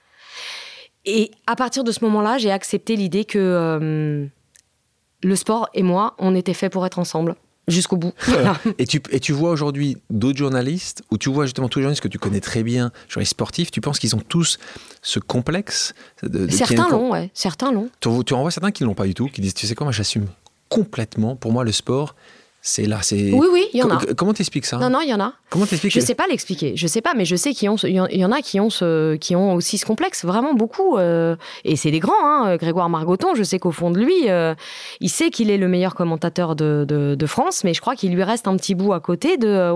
Et à partir de ce moment-là, j'ai accepté l'idée que le sport et moi, on était faits pour être ensemble. Jusqu'au bout. Et tu vois aujourd'hui d'autres journalistes, ou tu vois justement tous les journalistes que tu connais très bien, journalistes sportifs, tu penses qu'ils ont tous ce complexe Certains l'ont, ouais. Certains l'ont. Tu en vois certains qui ne l'ont pas du tout, qui disent, tu sais quoi, moi j'assume complètement. Pour moi, le sport, c'est là. Oui, il y en a. Comment t'expliques ça? Non, il y en a. Comment t'expliques? Je sais pas l'expliquer. Je sais pas, mais je sais qu'il y en a qui ont aussi ce complexe, vraiment beaucoup. Et c'est des grands, Grégoire Margoton, je sais qu'au fond de lui, il sait qu'il est le meilleur commentateur de France, mais je crois qu'il lui reste un petit bout à côté de...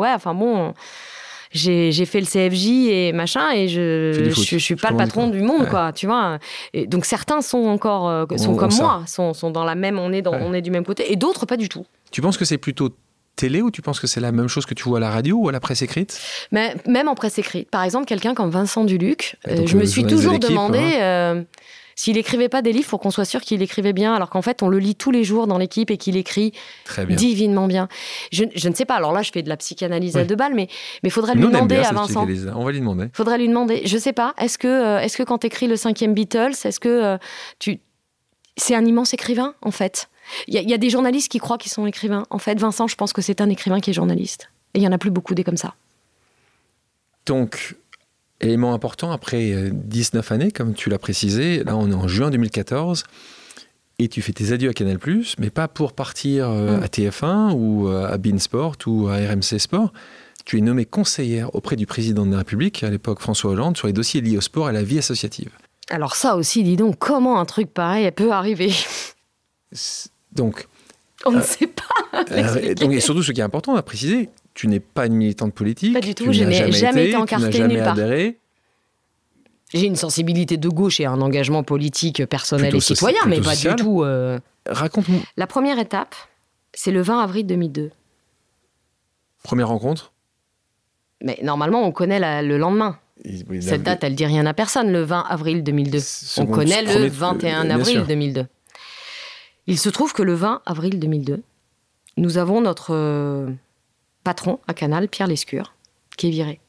J'ai fait le CFJ et machin, et je suis pas le patron du monde, quoi, tu vois. Et donc certains sont encore comme moi, sont dans la même, on est du même côté, et d'autres pas du tout. Tu penses que c'est plutôt télé, ou tu penses que c'est la même chose que tu vois à la radio ou à la presse écrite? Mais même en presse écrite. Par exemple, quelqu'un comme Vincent Duluc, je me suis toujours demandé s'il écrivait pas des livres pour qu'on soit sûr qu'il écrivait bien, alors qu'en fait, on le lit tous les jours dans l'équipe et qu'il écrit divinement bien. Je ne sais pas. Alors là, je fais de la psychanalyse à 2 balles, mais faudrait lui demander à Vincent. On va lui demander. Faudrait lui demander. Je sais pas. Est-ce que quand t'écris le 5e Beatles, est-ce que c'est un immense écrivain, en fait? Il y a des journalistes qui croient qu'ils sont écrivains. En fait, Vincent, je pense que c'est un écrivain qui est journaliste. Et il y en a plus beaucoup des comme ça. Donc, élément important, après 19 années, comme tu l'as précisé, là on est en juin 2014, et tu fais tes adieux à Canal+, mais pas pour partir à TF1 ou à beIN Sport ou à RMC Sport. Tu es nommée conseillère auprès du président de la République, à l'époque François Hollande, sur les dossiers liés au sport et à la vie associative. Alors ça aussi, dis donc, comment un truc pareil peut arriver? Donc, on ne sait pas. Donc, et surtout, ce qui est important à préciser, tu n'es pas une militante politique. Pas du tout, je n'ai jamais été encartée nulle part. Adhéré. J'ai une sensibilité de gauche et un engagement politique personnel et citoyen, mais pas du tout... Raconte-moi. La première étape, c'est le 20 avril 2002. Première rencontre? Mais normalement, on connaît le lendemain. Cette date, elle ne dit rien à personne, le 20 avril 2002. On connaît le 21 avril 2002. Il se trouve que le 20 avril 2002, nous avons notre patron à Canal, Pierre Lescure, qui est viré.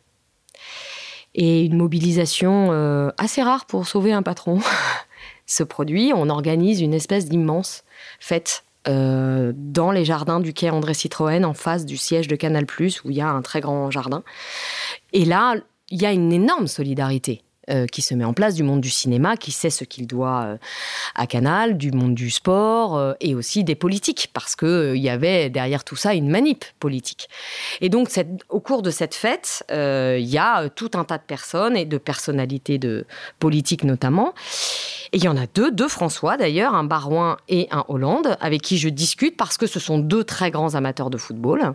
Et une mobilisation assez rare pour sauver un patron se produit. On organise une espèce d'immense fête dans les jardins du quai André Citroën, en face du siège de Canal+, où il y a un très grand jardin. Et là, il y a une énorme solidarité qui se met en place du monde du cinéma, qui sait ce qu'il doit à Canal, du monde du sport et aussi des politiques, parce qu'il y avait derrière tout ça une manip politique. Et donc, au cours de cette fête, il y a tout un tas de personnes et de personnalités de politiques notamment. Et il y en a deux François d'ailleurs, un Barouin et un Hollande, avec qui je discute parce que ce sont deux très grands amateurs de football.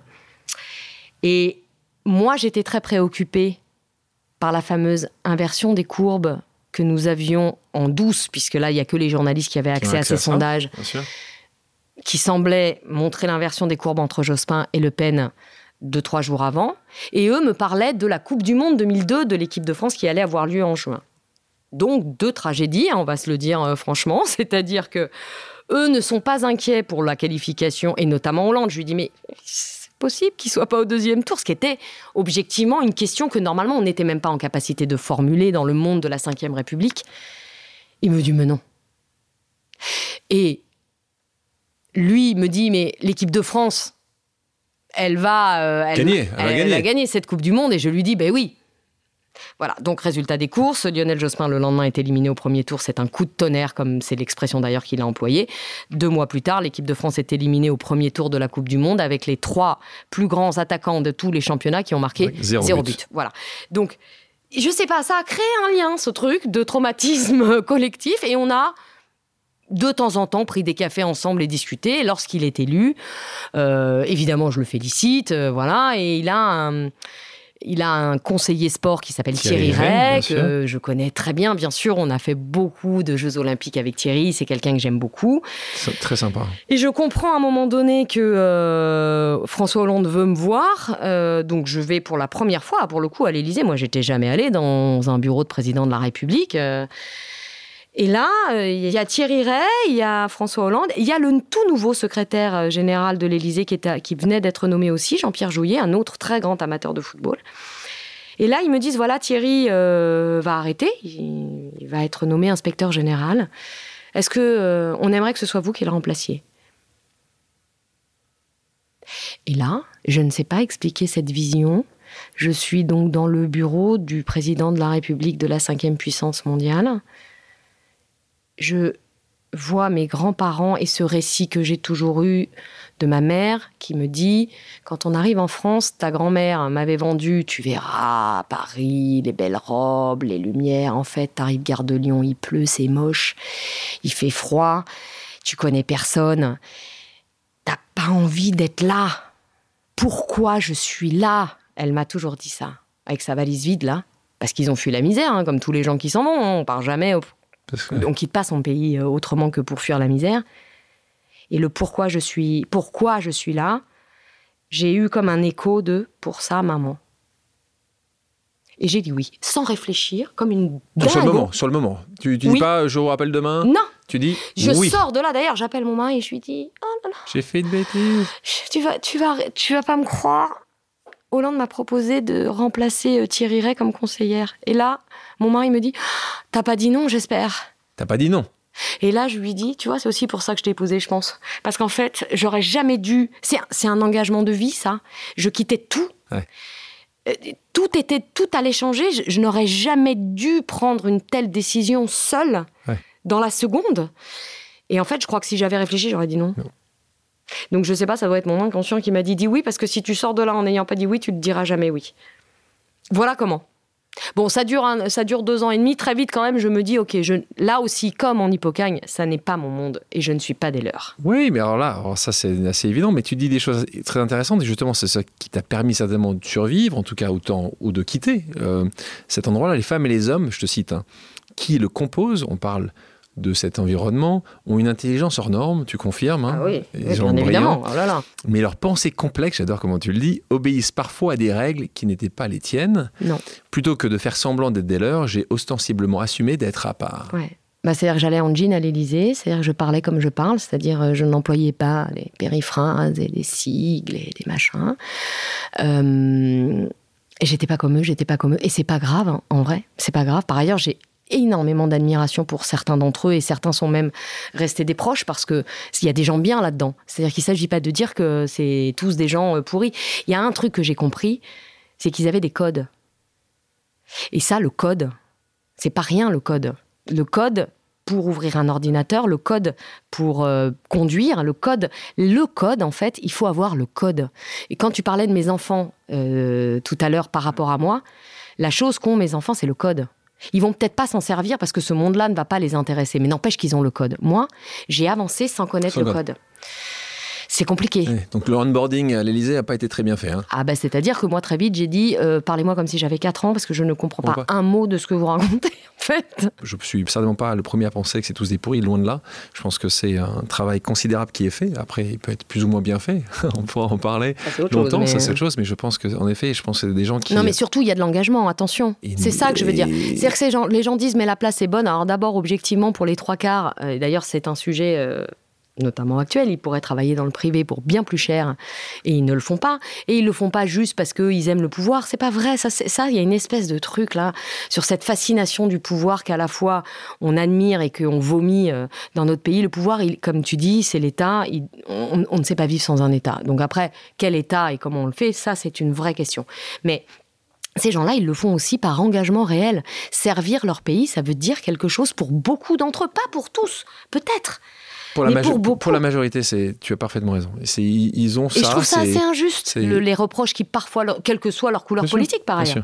Et moi, j'étais très préoccupée par la fameuse inversion des courbes que nous avions en douce, puisque là, il n'y a que les journalistes qui avaient accès à ces sondages, qui semblaient montrer l'inversion des courbes entre Jospin et Le Pen 2-3 jours avant. Et eux me parlaient de la Coupe du Monde 2002 de l'équipe de France qui allait avoir lieu en juin. Donc, 2 tragédies, on va se le dire franchement, c'est-à-dire que eux ne sont pas inquiets pour la qualification, et notamment Hollande. Je lui dis, mais c'est possible qu'il ne soit pas au 2e tour, ce qui était objectivement une question que normalement on n'était même pas en capacité de formuler dans le monde de la Ve République. Il me dit, mais non. Et lui me dit, mais l'équipe de France, elle va gagner cette Coupe du Monde, et je lui dis, ben oui. Voilà, donc résultat des courses, Lionel Jospin le lendemain est éliminé au premier tour, c'est un coup de tonnerre comme c'est l'expression d'ailleurs qu'il a employée. 2 mois plus tard, l'équipe de France est éliminée au premier tour de la Coupe du Monde avec les 3 plus grands attaquants de tous les championnats qui ont marqué 0 but. Voilà. Donc, je sais pas, ça a créé un lien, ce truc de traumatisme collectif, et on a de temps en temps pris des cafés ensemble et discuté. Lorsqu'il est élu, évidemment je le félicite, voilà, et il a un conseiller sport qui s'appelle Thierry Ray, que je connais très bien, bien sûr. On a fait beaucoup de Jeux Olympiques avec Thierry. C'est quelqu'un que j'aime beaucoup. C'est très sympa. Et je comprends à un moment donné que François Hollande veut me voir. Donc je vais pour la première fois, pour le coup, à l'Élysée. Moi, j'étais jamais allée dans un bureau de président de la République. Et là, il y a Thierry Ray, il y a François Hollande, il y a le tout nouveau secrétaire général de l'Élysée qui venait d'être nommé aussi, Jean-Pierre Jouyet, un autre très grand amateur de football. Et là, ils me disent, voilà, Thierry va arrêter, il va être nommé inspecteur général. Est-ce qu'on aimerait que ce soit vous qui le remplaciez ? Et là, je ne sais pas expliquer cette vision. Je suis donc dans le bureau du président de la République de la 5e puissance mondiale. Je vois mes grands-parents et ce récit que j'ai toujours eu de ma mère qui me dit « Quand on arrive en France, ta grand-mère m'avait vendu, tu verras, Paris, les belles robes, les lumières. En fait, t'arrives gare de Lyon, il pleut, c'est moche, il fait froid, tu connais personne. T'as pas envie d'être là. Pourquoi je suis là ?» Elle m'a toujours dit ça, avec sa valise vide là, parce qu'ils ont fui la misère, comme tous les gens qui s'en vont, on part jamais... On quitte pas son pays autrement que pour fuir la misère. Et le pourquoi je suis là, j'ai eu comme un écho de « pour ça, maman ». Et j'ai dit oui, sans réfléchir, comme une dingue. Sur le moment. Tu dis pas « je vous rappelle demain ». Non. Tu dis « Je sors de là, d'ailleurs, j'appelle mon mari et je lui dis « oh là là, j'ai fait une bêtise. Tu vas pas me croire. Hollande m'a proposé de remplacer Thierry Ray comme conseillère. Et là, mon mari me dit « T'as pas dit non, j'espère ». T'as pas dit non. Et là, je lui dis, tu vois, c'est aussi pour ça que je t'ai épousée, je pense. Parce qu'en fait, j'aurais jamais dû... C'est un engagement de vie, ça. Je quittais tout. Ouais. Tout allait changer. Je n'aurais jamais dû prendre une telle décision seule, dans la seconde. Et en fait, je crois que si j'avais réfléchi, j'aurais dit non. Donc, je sais pas, ça doit être mon inconscient qui m'a dit « dis oui », parce que si tu sors de là en n'ayant pas dit oui, tu ne diras jamais oui. Voilà comment. Bon, ça dure 2 ans et demi. Très vite, quand même, je me dis, OK, là aussi, comme en Hippocagne, ça n'est pas mon monde et je ne suis pas des leurs. Oui, mais alors ça, c'est assez évident. Mais tu dis des choses très intéressantes et justement, c'est ça qui t'a permis certainement de survivre, en tout cas, ou de quitter cet endroit-là. Les femmes et les hommes, je te cite, qui le composent, on parle de cet environnement, ont une intelligence hors norme, tu confirmes. Ah oui, bien évidemment. Oh là là. Mais leurs pensées complexes, j'adore comment tu le dis, obéissent parfois à des règles qui n'étaient pas les tiennes. Non. Plutôt que de faire semblant d'être des leurs, j'ai ostensiblement assumé d'être à part. Ouais. C'est-à-dire que j'allais en jean à l'Élysée, c'est-à-dire que je parlais comme je parle, c'est-à-dire je n'employais pas les périphrases et les sigles et des machins. Et j'étais pas comme eux. Et c'est pas grave, hein, en vrai, c'est pas grave. Par ailleurs, j'ai énormément d'admiration pour certains d'entre eux et certains sont même restés des proches parce qu'il y a des gens bien là-dedans. C'est-à-dire qu'il ne s'agit pas de dire que c'est tous des gens pourris. Il y a un truc que j'ai compris, c'est qu'ils avaient des codes. Et ça, le code, c'est pas rien, le code. Le code pour ouvrir un ordinateur, le code pour conduire, le code, en fait, il faut avoir le code. Et quand tu parlais de mes enfants tout à l'heure par rapport à moi, la chose qu'ont mes enfants, c'est le code. Ils vont peut-être pas s'en servir parce que ce monde-là ne va pas les intéresser, mais n'empêche qu'ils ont le code. Moi, j'ai avancé sans connaître le code. C'est compliqué. Oui, donc le onboarding à l'Élysée n'a pas été très bien fait. Hein. C'est-à-dire que moi, très vite, j'ai dit parlez-moi comme si j'avais 4 ans parce que je ne comprends pas un mot de ce que vous racontez, en fait. Je ne suis certainement pas le premier à penser que c'est tous des pourris, loin de là. Je pense que c'est un travail considérable qui est fait. Après, il peut être plus ou moins bien fait. On pourra en parler longtemps, ça c'est autre chose. Mais je pense qu'en effet, que c'est des gens qui... Non, mais surtout, il y a de l'engagement, attention. C'est ça que je veux dire. C'est-à-dire que les gens disent mais la place est bonne. Alors d'abord, objectivement, pour les 3/4, et d'ailleurs, c'est un sujet... notamment actuel, ils pourraient travailler dans le privé pour bien plus cher et ils ne le font pas. Et ils le font pas juste parce qu'ils aiment le pouvoir. C'est pas vrai. Ça, il y a une espèce de truc là sur cette fascination du pouvoir qu'à la fois on admire et qu'on vomit dans notre pays. Le pouvoir, comme tu dis, c'est l'État. On ne sait pas vivre sans un État. Donc après, quel État et comment on le fait, ça c'est une vraie question. Mais ces gens-là, ils le font aussi par engagement réel. Servir leur pays, ça veut dire quelque chose pour beaucoup d'entre eux, pas pour tous, peut-être. Pour la majorité, tu as parfaitement raison. Ils ont ça. Et je trouve ça assez injuste, les reproches qui parfois, quelle que soit leur couleur politique, par ailleurs.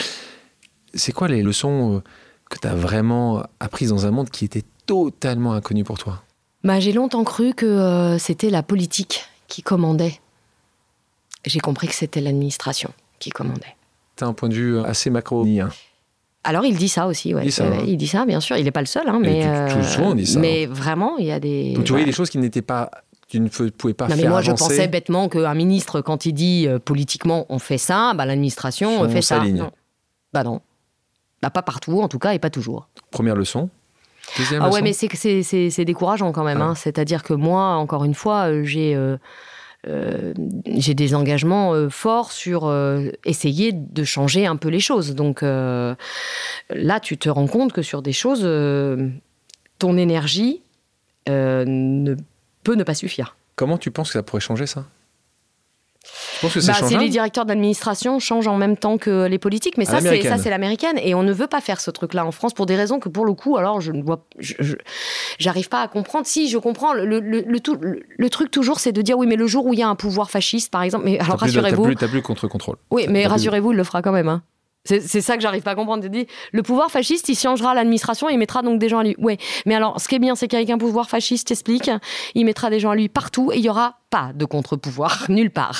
C'est quoi les leçons que tu as vraiment apprises dans un monde qui était totalement inconnu pour toi ? J'ai longtemps cru que c'était la politique qui commandait. J'ai compris que c'était l'administration qui commandait. Tu as un point de vue assez macronien. Alors, il dit ça aussi, ouais. Il dit ça, bien sûr. Il n'est pas le seul, hein, mais souvent on dit ça. Mais vraiment, il y a des... Donc, tu voyais des choses qui n'étaient pas... Tu ne pouvais pas faire avancer. Moi, je pensais bêtement qu'un ministre, quand il dit politiquement, on fait ça, l'administration fait ça. Non. Non. Pas partout, en tout cas, et pas toujours. Première leçon. Deuxième leçon. Ouais, mais c'est décourageant quand même. Hein. C'est-à-dire que moi, encore une fois, j'ai des engagements forts sur essayer de changer un peu les choses. Donc là, tu te rends compte que sur des choses, ton énergie peut ne pas suffire. Comment tu penses que ça pourrait changer, ça ? Je pense que c'est changeable. C'est les directeurs d'administration changent en même temps que les politiques, mais ça c'est l'américaine et on ne veut pas faire ce truc-là en France pour des raisons que pour le coup, alors j'arrive pas à comprendre. Si je comprends, le truc toujours c'est de dire oui mais le jour où il y a un pouvoir fasciste par exemple, mais alors rassurez-vous, t'as plus contre-contrôle. Oui mais rassurez-vous, il le fera quand même. Hein. C'est ça que j'arrive pas à comprendre. Tu dis, le pouvoir fasciste, il changera l'administration et il mettra donc des gens à lui. Ouais, mais alors, ce qui est bien, c'est qu'avec un pouvoir fasciste, t'expliques, il mettra des gens à lui partout et il y aura pas de contre-pouvoir nulle part.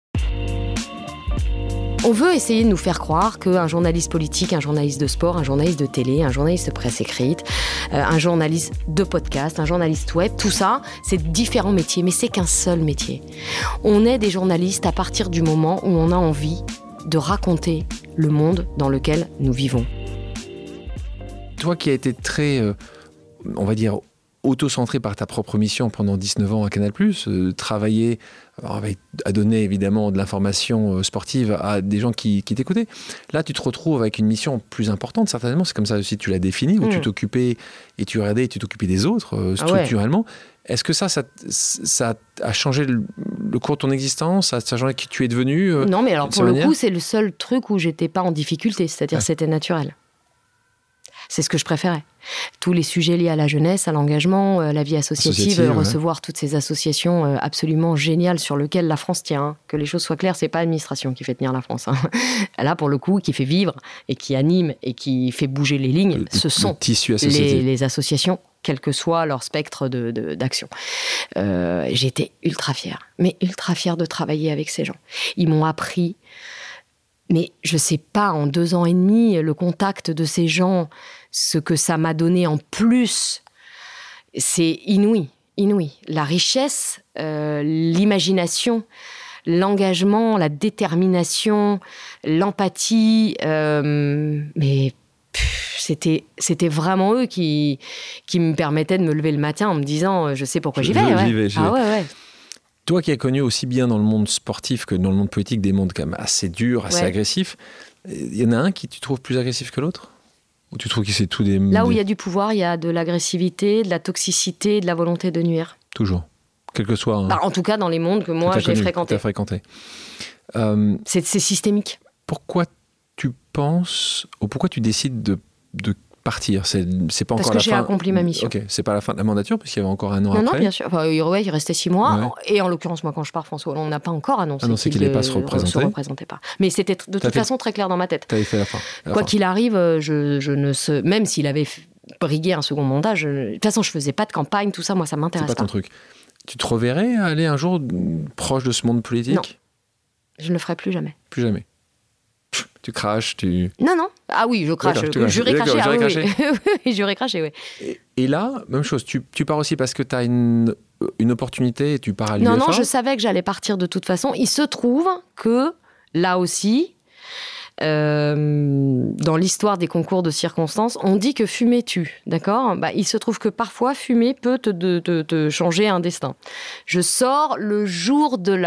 On veut essayer de nous faire croire qu'un journaliste politique, un journaliste de sport, un journaliste de télé, un journaliste de presse écrite, un journaliste de podcast, un journaliste web, tout ça, c'est différents métiers, mais c'est qu'un seul métier. On est des journalistes à partir du moment où on a envie de raconter le monde dans lequel nous vivons. Toi qui as été très, on va dire, auto-centré par ta propre mission pendant 19 ans à Canal+, travailler à donner évidemment de l'information sportive à des gens qui t'écoutaient. Là, tu te retrouves avec une mission plus importante, certainement. C'est comme ça aussi que tu l'as définie, où tu t'occupais et tu regardais et tu t'occupais des autres structurellement. Ouais. Est-ce que ça a changé le cours de ton existence ? Ça a changé qui tu es devenu Non, mais alors pour le coup, c'est le seul truc où j'étais pas en difficulté, c'est-à-dire c'était naturel. C'est ce que je préférais. Tous les sujets liés à la jeunesse, à l'engagement, la vie associative, recevoir toutes ces associations absolument géniales sur lesquelles la France tient. Hein. Que les choses soient claires, c'est pas l'administration qui fait tenir la France. Hein. Là, pour le coup, qui fait vivre et qui anime et qui fait bouger les lignes, ce sont les associations, quel que soit leur spectre d'action. J'étais ultra fière, mais ultra fière de travailler avec ces gens. Ils m'ont appris... Mais je sais pas, en 2 ans et demi, le contact de ces gens, ce que ça m'a donné en plus, c'est inouï. La richesse, l'imagination, l'engagement, la détermination, l'empathie, mais c'était vraiment eux qui me permettaient de me lever le matin en me disant je sais pourquoi j'y vais. J'y vais. Ah ouais. Toi qui as connu aussi bien dans le monde sportif que dans le monde politique des mondes quand même assez durs, assez agressifs, il y en a un qui tu trouves plus agressif que l'autre ? Ou tu trouves que c'est tout des... Là où il y a du pouvoir, il y a de l'agressivité, de la toxicité, de la volonté de nuire. Toujours. Quel que soit... en tout cas, dans les mondes que moi, j'ai fréquentés. C'est systémique. Pourquoi tu penses, ou pourquoi tu décides de partir ? C'est pas parce encore que la j'ai fin. accompli ma mission. Ok, c'est pas la fin de la mandature, puisqu'il y avait encore un an après. Non, bien sûr. Enfin, il restait 6 mois. Ouais. Et en l'occurrence, moi, quand je pars, François Hollande n'a pas encore annoncé qu'il n'allait pas se représentait pas. Mais c'était de toute façon très clair dans ma tête. T'avais fait la fin. Quoi qu'il arrive, même s'il avait brigué un second mandat, de toute façon, je faisais pas de campagne, tout ça, moi, ça m'intéresse pas. C'est pas ton truc. Tu te reverrais aller un jour proche de ce monde politique ? Non. Je ne le ferai plus jamais. Plus jamais. Tu craches, Non. Ah oui, je crache. J'aurais craché. Oui, j'aurais craché, oui. Et là, même chose, tu pars aussi parce que tu as une opportunité et tu pars à l'UEFA ? Non, je savais que j'allais partir de toute façon. Il se trouve que, là aussi, dans l'histoire des concours de circonstances, on dit que fumer tue, d'accord ? Il se trouve que parfois, fumer peut te changer un destin. Je sors le jour du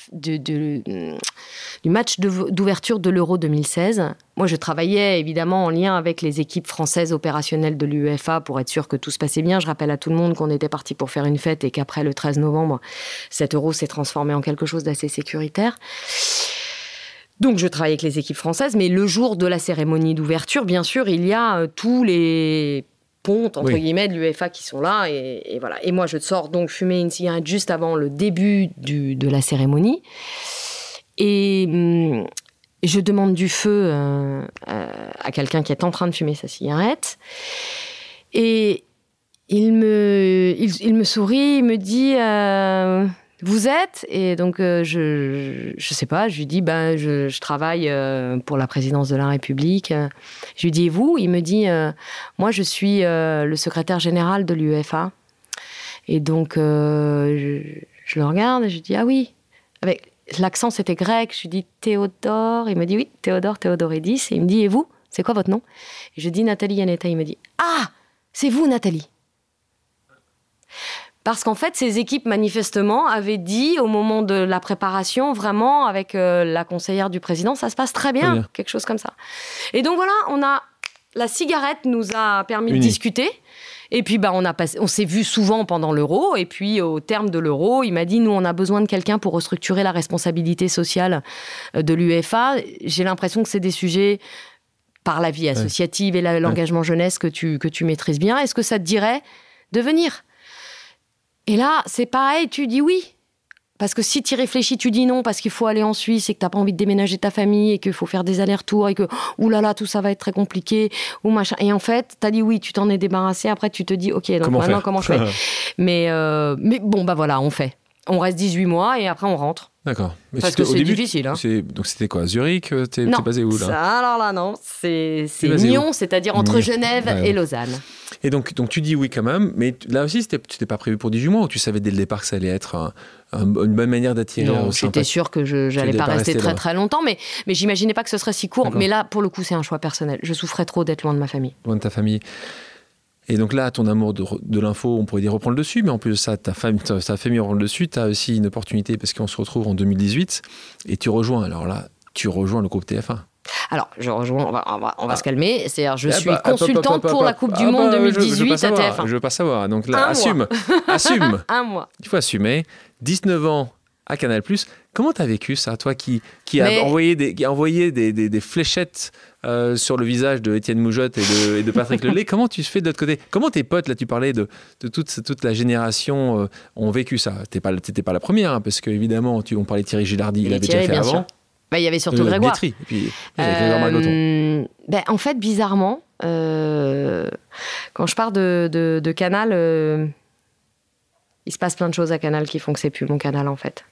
match d'ouverture de l'Euro 2016. Moi, je travaillais évidemment en lien avec les équipes françaises opérationnelles de l'UEFA pour être sûr que tout se passait bien. Je rappelle à tout le monde qu'on était parti pour faire une fête et qu'après le 13 novembre, cet Euro s'est transformé en quelque chose d'assez sécuritaire. Donc, je travaille avec les équipes françaises, mais le jour de la cérémonie d'ouverture, bien sûr, il y a tous les pontes, entre guillemets, de l'UEFA qui sont là. Et voilà. Et moi, je sors donc fumer une cigarette juste avant le début de la cérémonie. Et je demande du feu à quelqu'un qui est en train de fumer sa cigarette. Et il me sourit, il me dit... Vous êtes ? Et donc, je sais pas, je lui dis, je travaille pour la présidence de la République. Je lui dis, et vous ? Il me dit, moi, je suis le secrétaire général de l'UEFA. Et donc, je le regarde et je lui dis, ah oui. Avec l'accent, c'était grec. Je lui dis, Théodore. Il me dit, oui, Théodoridis. Et il me dit, et vous ? C'est quoi votre nom ? Et je dis, Nathalie Yanetta. Il me dit, ah, c'est vous, Nathalie. Parce qu'en fait, ces équipes, manifestement, avaient dit, au moment de la préparation, vraiment, avec la conseillère du président, ça se passe très bien, quelque chose comme ça. Et donc voilà, la cigarette nous a permis de discuter. Et puis, on s'est vu souvent pendant l'Euro. Et puis, au terme de l'Euro, il m'a dit, nous, on a besoin de quelqu'un pour restructurer la responsabilité sociale de l'UEFA. J'ai l'impression que c'est des sujets, par la vie associative et l'engagement jeunesse, que tu maîtrises bien. Est-ce que ça te dirait de venir ? Et là, c'est pareil, tu dis oui. Parce que si tu y réfléchis, tu dis non, parce qu'il faut aller en Suisse et que tu n'as pas envie de déménager ta famille et qu'il faut faire des allers-retours et que, oulala, tout ça va être très compliqué, ou machin. Et en fait, tu as dit oui, tu t'en es débarrassé. Après, tu te dis, OK, donc maintenant, comment je fais ? mais bon, voilà, on fait. On reste 18 mois et après, on rentre. D'accord. Mais parce que c'est difficile. Hein. Donc, c'était quoi ? Zurich ? T'es basé où, là ? Alors là, non. C'est Nyon, c'est-à-dire entre Genève et Lausanne. Et donc tu dis oui quand même, mais là aussi, tu n'étais pas prévu pour 18 mois ou tu savais dès le départ que ça allait être une bonne manière d'attirer Non, j'étais sûre que je n'allais pas rester très très longtemps, mais j'imaginais pas que ce serait si court. D'accord. Mais là, pour le coup, c'est un choix personnel. Je souffrais trop d'être loin de ma famille. Loin de ta famille. Et donc là, ton amour de l'info, on pourrait dire reprendre le dessus, mais en plus de ça, ta famille reprend le dessus. Tu as aussi une opportunité parce qu'on se retrouve en 2018 et tu rejoins le groupe TF1. Alors, je rejoins, on va se calmer. C'est-à-dire, je suis consultante pour la Coupe du Monde 2018 à TF1. Je veux pas savoir. Donc là, assume. Un mois. Il faut assumer. 19 ans à Canal+. Comment tu as vécu ça, toi qui a envoyé des fléchettes sur le visage de Étienne Moujotte et de Patrick Lelay? Comment tu fais de l'autre côté? Comment tes potes, là, tu parlais de toute la génération, ont vécu ça? T'étais pas la première, hein, parce qu'évidemment, on parlait de Thierry Gilardi, il avait déjà fait avant. Il y avait surtout Grégoire. Et puis Grégoire Margoton. En fait, bizarrement, quand je pars de Canal, il se passe plein de choses à Canal qui font que c'est plus mon canal, en fait.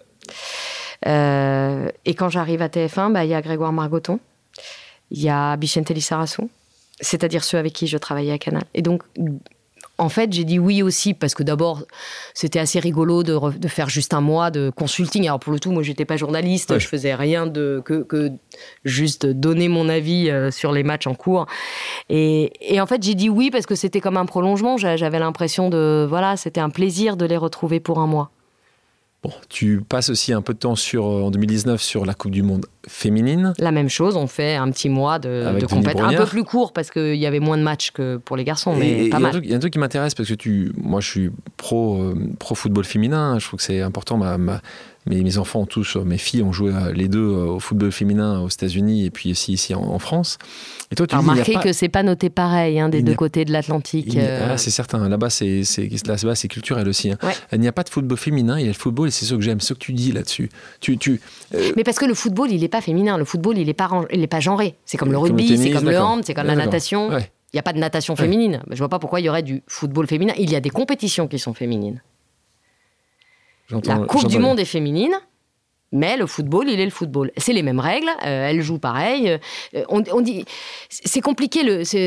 Et quand j'arrive à TF1, il y a Grégoire Margoton, il y a Bichente Lissarassou, c'est-à-dire ceux avec qui je travaillais à Canal. Et donc, En fait, j'ai dit oui aussi parce que d'abord, c'était assez rigolo de faire juste un mois de consulting. Alors pour le tout, moi, j'étais pas journaliste, je faisais rien que juste donner mon avis sur les matchs en cours. Et en fait, j'ai dit oui parce que c'était comme un prolongement. J'avais l'impression c'était un plaisir de les retrouver pour un mois. Bon, tu passes aussi un peu de temps en 2019 sur la Coupe du Monde féminine. La même chose, on fait un petit mois de compète, un peu plus court parce qu'il y avait moins de matchs que pour les garçons, mais pas mal. Il y a un truc qui m'intéresse parce que moi je suis pro football féminin, je trouve que c'est important. Mes enfants mes filles ont joué les deux au football féminin aux États-Unis et puis aussi ici en France. Et toi, tu dis, remarquez que c'est pas noté pareil des deux côtés de l'Atlantique. C'est certain. Là-bas, c'est culturel aussi. Ouais. Il n'y a pas de football féminin. Il y a le football et c'est ce que j'aime, ce que tu dis là-dessus. Mais parce que le football, il n'est pas féminin. Le football, il n'est pas genré. C'est comme le rugby, c'est comme le hand, c'est comme la natation. Ouais. Il n'y a pas de natation féminine. Je ne vois pas pourquoi il y aurait du football féminin. Il y a des compétitions qui sont féminines. La Coupe du Monde est féminine, mais le football, il est le football. C'est les mêmes règles, elles jouent pareil. On dit, c'est compliqué.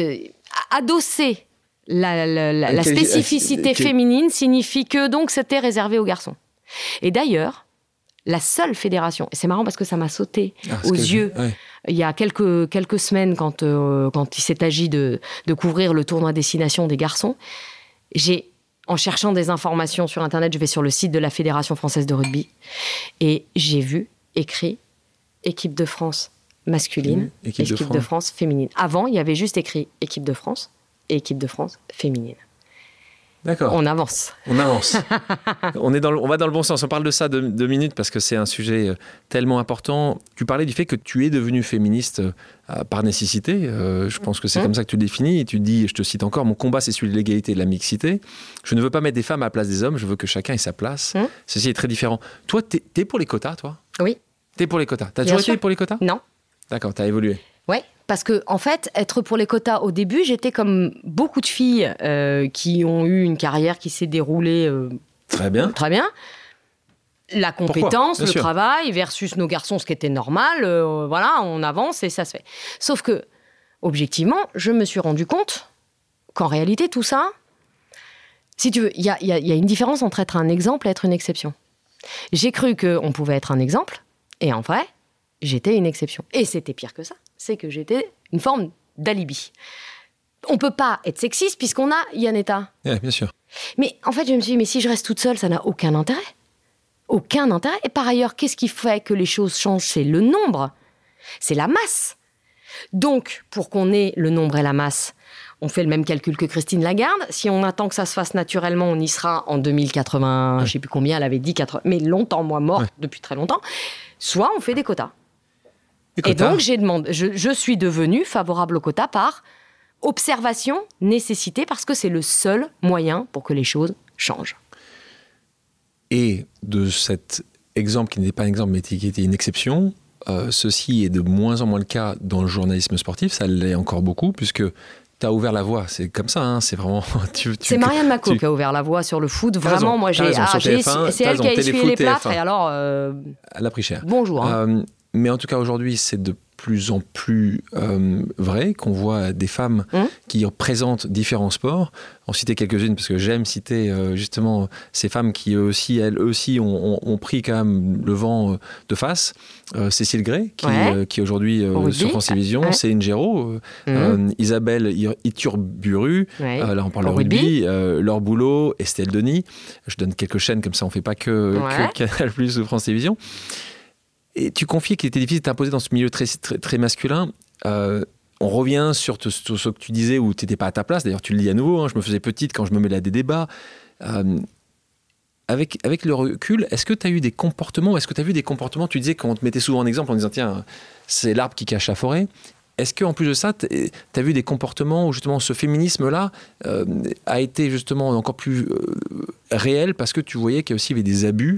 Adosser la spécificité féminine signifie que donc c'était réservé aux garçons. Et d'ailleurs, la seule fédération, et c'est marrant parce que ça m'a sauté aux yeux, il y a quelques semaines, quand il s'est agi de couvrir le tournoi destination des garçons, en cherchant des informations sur Internet, je vais sur le site de la Fédération française de rugby et j'ai vu écrit équipe de France masculine, équipe de France féminine. Avant, il y avait juste écrit équipe de France et équipe de France féminine. D'accord. On avance. On va dans le bon sens. On parle de ça 2 minutes parce que c'est un sujet tellement important. Tu parlais du fait que tu es devenue féministe par nécessité. Je pense que c'est comme ça que tu le définis. Et tu dis, je te cite encore, mon combat, c'est celui de l'égalité et de la mixité. Je ne veux pas mettre des femmes à la place des hommes. Je veux que chacun ait sa place. Ceci est très différent. Toi, t'es pour les quotas, toi ? Oui. T'es pour les quotas. T'as toujours été pour les quotas ? Non. D'accord, t'as évolué. Oui, parce que en fait, être pour les quotas au début, j'étais comme beaucoup de filles qui ont eu une carrière qui s'est déroulée très bien. La compétence, le travail versus nos garçons, ce qui était normal. On avance et ça se fait. Sauf que, objectivement, je me suis rendu compte qu'en réalité, tout ça, si tu veux, il y a une différence entre être un exemple et être une exception. J'ai cru qu'on pouvait être un exemple, et en vrai, j'étais une exception. Et c'était pire que ça. C'est que j'étais une forme d'alibi. On ne peut pas être sexiste puisqu'on a Yanetta. Oui, bien sûr. Mais en fait, je me suis dit, mais si je reste toute seule, ça n'a aucun intérêt. Aucun intérêt. Et par ailleurs, qu'est-ce qui fait que les choses changent ? C'est le nombre. C'est la masse. Donc, pour qu'on ait le nombre et la masse, on fait le même calcul que Christine Lagarde. Si on attend que ça se fasse naturellement, on y sera en 2080, je ne sais plus combien, elle avait dit, mais longtemps, moi, morte depuis très longtemps. Soit on fait des quotas. Et donc, je suis devenue favorable aux quotas par observation, nécessité, parce que c'est le seul moyen pour que les choses changent. Et de cet exemple qui n'était pas un exemple, mais qui était une exception, ceci est de moins en moins le cas dans le journalisme sportif. Ça l'est encore beaucoup, puisque tu as ouvert la voie. C'est comme ça, c'est vraiment... c'est Marianne Maco qui a ouvert la voie sur le foot. Vraiment, moi, c'est elle qui a essuyé les plâtres. Et alors... Elle a pris cher. Bonjour. Mais en tout cas, aujourd'hui, c'est de plus en plus vrai qu'on voit des femmes qui représentent différents sports. En citer quelques-unes, parce que j'aime citer justement ces femmes qui, elles aussi, ont pris quand même le vent de face. Cécile Gray, qui aujourd'hui sur France Télévisions, Céline Géraud, Isabelle Iturburu, là on parle de rugby, Laure Boulot, Estelle Denis. Je donne quelques chaînes, comme ça on ne fait pas que Canal+ ou France Télévisions. Et tu confies qu'il était difficile de t'imposer dans ce milieu très, très, très masculin. On revient sur ce que tu disais où tu n'étais pas à ta place. D'ailleurs, tu le dis à nouveau, je me faisais petite quand je me mêlais à des débats. Avec le recul, est-ce que tu as eu des comportements, tu disais qu'on te mettait souvent en exemple en disant, tiens, c'est l'arbre qui cache la forêt. Est-ce qu'en plus de ça, tu as vu des comportements où justement ce féminisme-là a été justement encore plus réel parce que tu voyais qu'il y avait des abus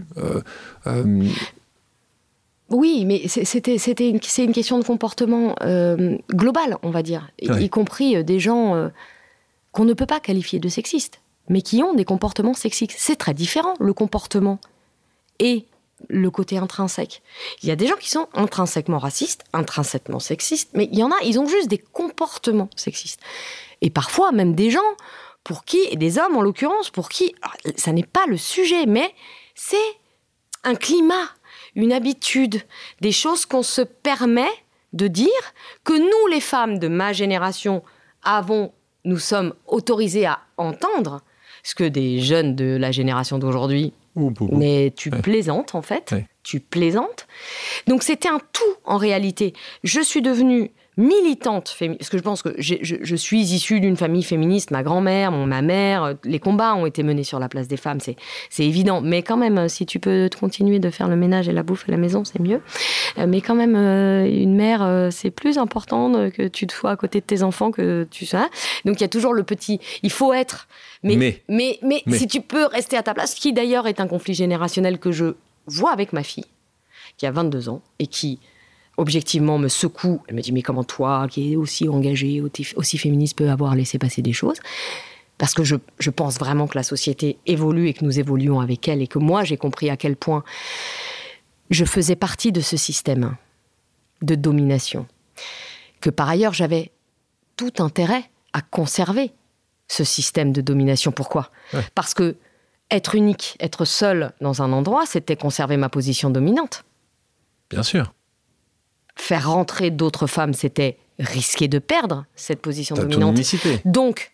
Oui, mais c'est une question de comportement global, on va dire, y compris des gens qu'on ne peut pas qualifier de sexistes, mais qui ont des comportements sexistes. C'est très différent, le comportement et le côté intrinsèque. Il y a des gens qui sont intrinsèquement racistes, intrinsèquement sexistes, mais il y en a, ils ont juste des comportements sexistes. Et parfois, même des gens pour qui, et des hommes en l'occurrence, pour qui, alors, ça n'est pas le sujet, mais c'est un climat, une habitude, des choses qu'on se permet de dire, que nous, les femmes de ma génération, nous sommes autorisées à entendre, ce que des jeunes de la génération d'aujourd'hui, mais tu plaisantes en fait, tu plaisantes. Donc c'était un tout en réalité. Je suis devenue militante, parce que je pense que je suis issue d'une famille féministe, ma grand-mère, ma mère, les combats ont été menés sur la place des femmes, c'est évident. Mais quand même, si tu peux continuer de faire le ménage et la bouffe à la maison, c'est mieux. Mais quand même, une mère, c'est plus important que tu sois à côté de tes enfants, que tu sois... Donc il y a toujours le petit... Il faut être... Mais si tu peux rester à ta place, qui d'ailleurs est un conflit générationnel que je vois avec ma fille, qui a 22 ans, et qui... objectivement me secoue, elle me dit mais comment toi qui es aussi engagée, aussi féministe peut avoir laissé passer des choses, parce que je pense vraiment que la société évolue et que nous évoluons avec elle, et que moi j'ai compris à quel point je faisais partie de ce système de domination, que par ailleurs j'avais tout intérêt à conserver ce système de domination. Pourquoi ? Parce que être unique, être seule dans un endroit, c'était conserver ma position dominante. Bien sûr. Faire rentrer d'autres femmes, c'était risquer de perdre cette position dominante. Ton unicité. Donc,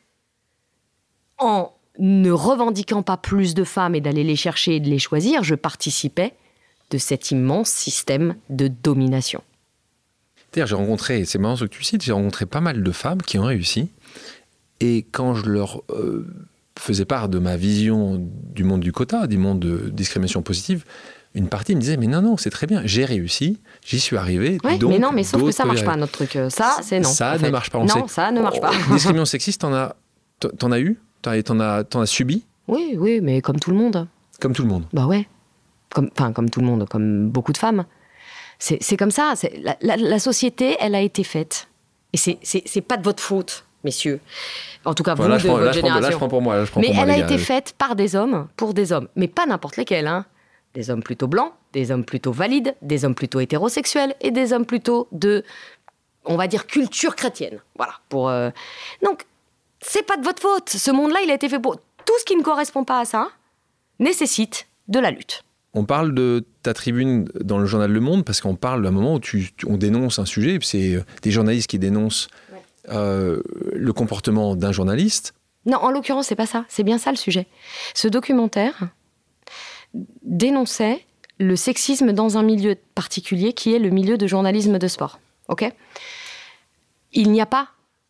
en ne revendiquant pas plus de femmes et d'aller les chercher et de les choisir, je participais de cet immense système de domination. C'est-à-dire, j'ai rencontré, c'est marrant ce que tu cites, j'ai rencontré pas mal de femmes qui ont réussi. Et quand je leur faisais part de ma vision du monde du quota, du monde de discrimination positive, une partie me disait mais non, c'est très bien, j'ai réussi, j'y suis arrivé. Ouais, donc mais non, mais sauf que ça marche pas, notre truc. Ça, c'est non. Ça ne marche pas. Non, ça ne marche pas. Discrimination sexiste, t'en as eu ? T'en as subi ? Oui, mais comme tout le monde. Comme tout le monde. Bah ouais. Comme tout le monde, comme beaucoup de femmes. C'est comme ça. La société, elle a été faite. Et c'est pas de votre faute, messieurs. En tout cas, vous, de votre génération. Là, je prends pour moi. Mais elle a été faite par des hommes, pour des hommes. Mais pas n'importe lesquels, hein. Des hommes plutôt blancs, des hommes plutôt valides, des hommes plutôt hétérosexuels et des hommes plutôt de, on va dire, culture chrétienne. Voilà. Donc, c'est pas de votre faute. Ce monde-là, il a été fait pour... Tout ce qui ne correspond pas à ça nécessite de la lutte. On parle de ta tribune dans le journal Le Monde parce qu'on parle d'un moment où on dénonce un sujet. C'est des journalistes qui dénoncent le comportement d'un journaliste. Non, en l'occurrence, c'est pas ça. C'est bien ça le sujet. Ce documentaire dénonçait le sexisme dans un milieu particulier qui est le milieu de journalisme de sport. Ok ? Il n'y a pas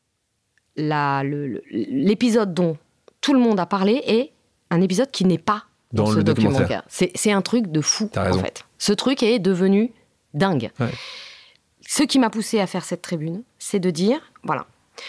l'épisode dont tout le monde a parlé est un épisode qui n'est pas dans ce documentaire. C'est un truc de fou, en fait. Ce truc est devenu dingue. Ouais. Ce qui m'a poussé à faire cette tribune, c'est de dire, voilà,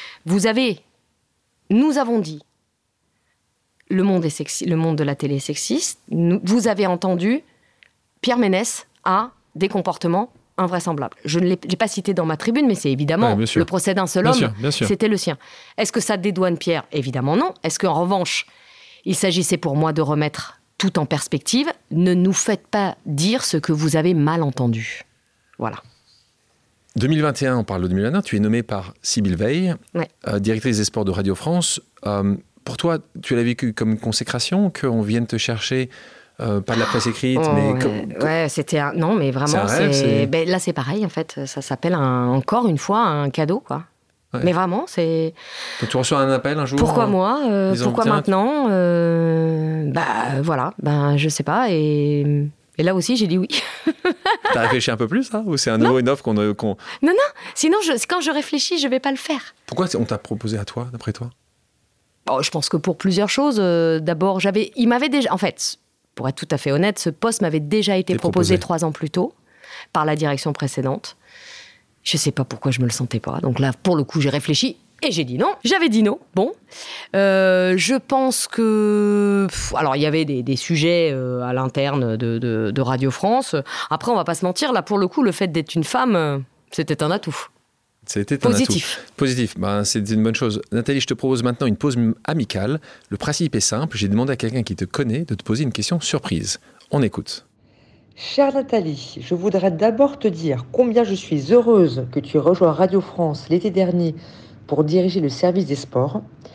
nous avons dit le monde de la télé est sexiste. Vous avez entendu, Pierre Ménès a des comportements invraisemblables. Je ne l'ai pas cité dans ma tribune, mais c'est évidemment le procès d'un seul homme. Bien sûr. C'était le sien. Est-ce que ça dédouane Pierre ? Évidemment non. Est-ce qu'en revanche, il s'agissait pour moi de remettre tout en perspective ? Ne nous faites pas dire ce que vous avez mal entendu. Voilà. 2021, on parle de 2021, tu es nommée par Sybille Veil, directrice des sports de Radio France. Pour toi, tu l'as vécu comme une consécration, qu'on vienne te chercher, pas de la presse écrite, mais... c'était un... Non, mais vraiment, là, c'est pareil, en fait. Ça s'appelle, encore une fois, un cadeau, quoi. Ouais. Mais vraiment, c'est... Donc, tu reçois un appel un jour ? Pourquoi moi ? Pourquoi maintenant ? Voilà, je sais pas, et là aussi, j'ai dit oui. T'as réfléchi un peu plus, hein ? Ou c'est une offre qu'on... Non, sinon, quand je réfléchis, je vais pas le faire. Pourquoi on t'a proposé à toi, d'après toi ? Je pense que pour plusieurs choses. D'abord, il m'avait déjà... En fait, pour être tout à fait honnête, ce poste m'avait déjà été proposé 3 ans plus tôt par la direction précédente. Je ne sais pas pourquoi je ne me le sentais pas. Donc là, pour le coup, j'ai réfléchi et j'ai dit non. J'avais dit non. Bon. Je pense que... Alors, il y avait des sujets à l'interne de Radio France. Après, on ne va pas se mentir. Là, pour le coup, le fait d'être une femme, c'était un atout. C'était positif. Positif, c'est une bonne chose. Nathalie, je te propose maintenant une pause amicale. Le principe est simple, j'ai demandé à quelqu'un qui te connaît de te poser une question surprise. On écoute. Chère Nathalie, je voudrais d'abord te dire combien je suis heureuse que tu aies rejoint Radio France l'été dernier pour diriger le service des sports.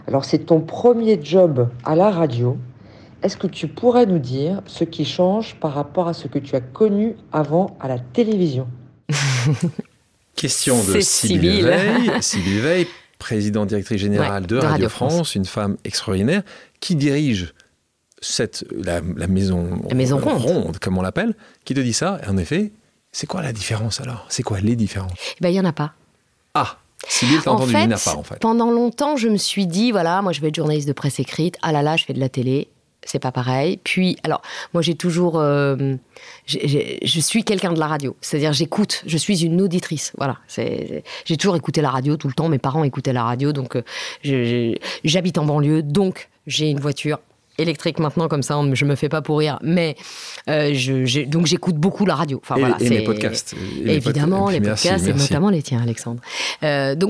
Alors c'est ton premier job à la radio. Est-ce que tu pourrais nous dire ce qui change par rapport à ce que tu as connu avant à la télévision ? Question de C'est Sybille Veil. Sybille Veil, présidente directrice générale de Radio France, une femme extraordinaire qui dirige la maison ronde, comme on l'appelle, qui te dit ça. Et en effet, c'est quoi la différence alors ? C'est quoi les différences ? Il n'y en a pas. Ah, Sybille, t'as entendu, il n'y en a pas en fait. Pendant longtemps, je me suis dit, voilà, moi je vais être journaliste de presse écrite. Ah là là, je fais de la télé. C'est pas pareil. Puis, alors, moi, j'ai toujours... je suis quelqu'un de la radio. C'est-à-dire, j'écoute. Je suis une auditrice. Voilà. J'ai toujours écouté la radio tout le temps. Mes parents écoutaient la radio. Donc, j'habite en banlieue. Donc, j'ai une voiture électrique maintenant, comme ça, je me fais pas pourrir. Mais, donc, j'écoute beaucoup la radio. Enfin, voilà, mes podcasts. Évidemment, les podcasts, et notamment les tiens, Alexandre. Donc,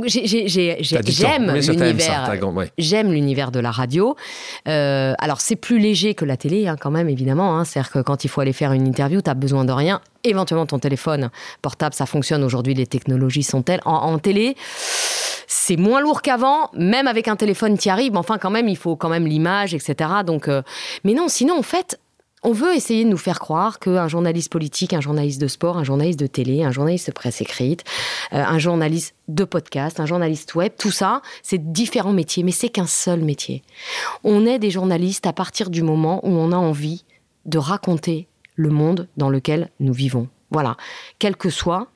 j'aime l'univers de la radio. Alors, c'est plus léger que la télé, quand même, évidemment. C'est-à-dire que quand il faut aller faire une interview, tu n'as besoin de rien. Éventuellement, ton téléphone portable, ça fonctionne. Aujourd'hui, les technologies sont telles. En télé, c'est moins lourd qu'avant. Même avec un téléphone, tu y arrives. Enfin, quand même, il faut quand même l'image, etc. Donc, mais non, sinon, en fait... On veut essayer de nous faire croire qu'un journaliste politique, un journaliste de sport, un journaliste de télé, un journaliste de presse écrite, un journaliste de podcast, un journaliste web, tout ça, c'est différents métiers, mais c'est qu'un seul métier. On est des journalistes à partir du moment où on a envie de raconter le monde dans lequel nous vivons. Voilà, quelle que soit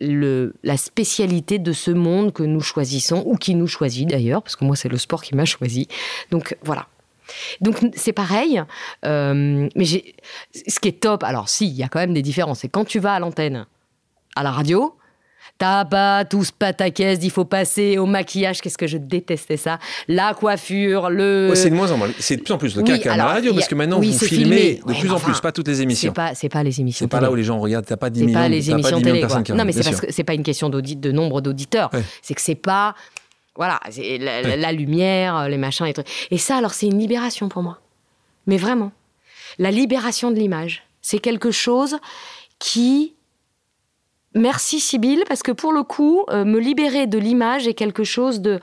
la spécialité de ce monde que nous choisissons, ou qui nous choisit d'ailleurs, parce que moi c'est le sport qui m'a choisi. Donc voilà. Donc c'est pareil, mais ce qui est top, alors si, il y a quand même des différences, c'est quand tu vas à l'antenne, à la radio, t'as pas tout ce pataquès, il faut passer au maquillage, qu'est-ce que je détestais ça, la coiffure, c'est de moins en moins, c'est de plus en plus le cas qu'à la radio, parce que maintenant vous filmez de plus en plus, pas toutes les émissions. C'est pas les émissions. C'est pas là où les gens regardent, t'as pas 10 millions, pas les émissions télé, personnes qui regardent. Non, mais c'est parce que c'est pas une question de nombre d'auditeurs, c'est que c'est pas... Voilà, c'est la lumière, les machins, les trucs. Et ça, alors, c'est une libération pour moi. Mais vraiment. La libération de l'image. C'est quelque chose qui... Merci Sybille, parce que pour le coup, me libérer de l'image est quelque chose de...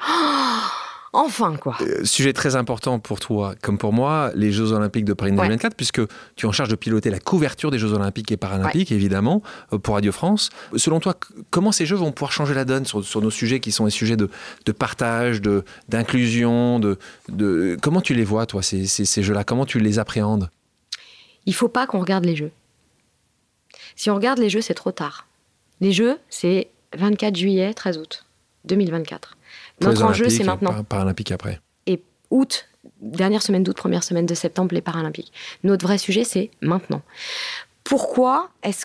Enfin, quoi. Sujet très important pour toi, comme pour moi, les Jeux Olympiques de Paris 2024, puisque tu es en charge de piloter la couverture des Jeux Olympiques et Paralympiques, évidemment, pour Radio France. Selon toi, comment ces Jeux vont pouvoir changer la donne sur nos sujets qui sont des sujets de partage, d'inclusion, comment tu les vois, toi, ces Jeux-là? Comment tu les appréhendes? Il ne faut pas qu'on regarde les Jeux. Si on regarde les Jeux, c'est trop tard. Les Jeux, c'est 24 juillet, 13 août 2024. Notre enjeu, c'est maintenant. Paralympiques après. Et août, dernière semaine d'août, première semaine de septembre, les Paralympiques. Notre vrai sujet, c'est maintenant. Pourquoi est-ce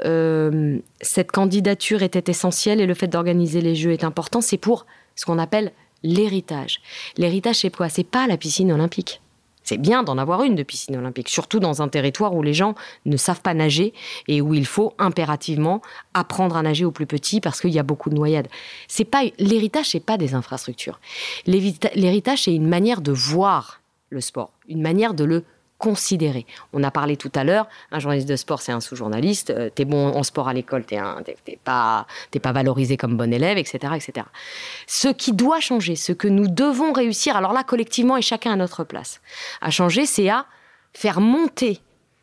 que cette candidature était essentielle et le fait d'organiser les Jeux est important? C'est pour ce qu'on appelle l'héritage. L'héritage, c'est quoi? C'est pas la piscine olympique. C'est bien d'en avoir une de piscine olympique, surtout dans un territoire où les gens ne savent pas nager et où il faut impérativement apprendre à nager aux plus petits parce qu'il y a beaucoup de noyades. L'héritage, c'est pas des infrastructures. L'héritage, c'est une manière de voir le sport, une manière de le considérer. On a parlé tout à l'heure, un journaliste de sport, c'est un sous-journaliste. T'es bon en sport à l'école, t'es pas valorisé comme bon élève, etc., etc. Ce qui doit changer, ce que nous devons réussir, alors là, collectivement et chacun à notre place, à changer, c'est à faire monter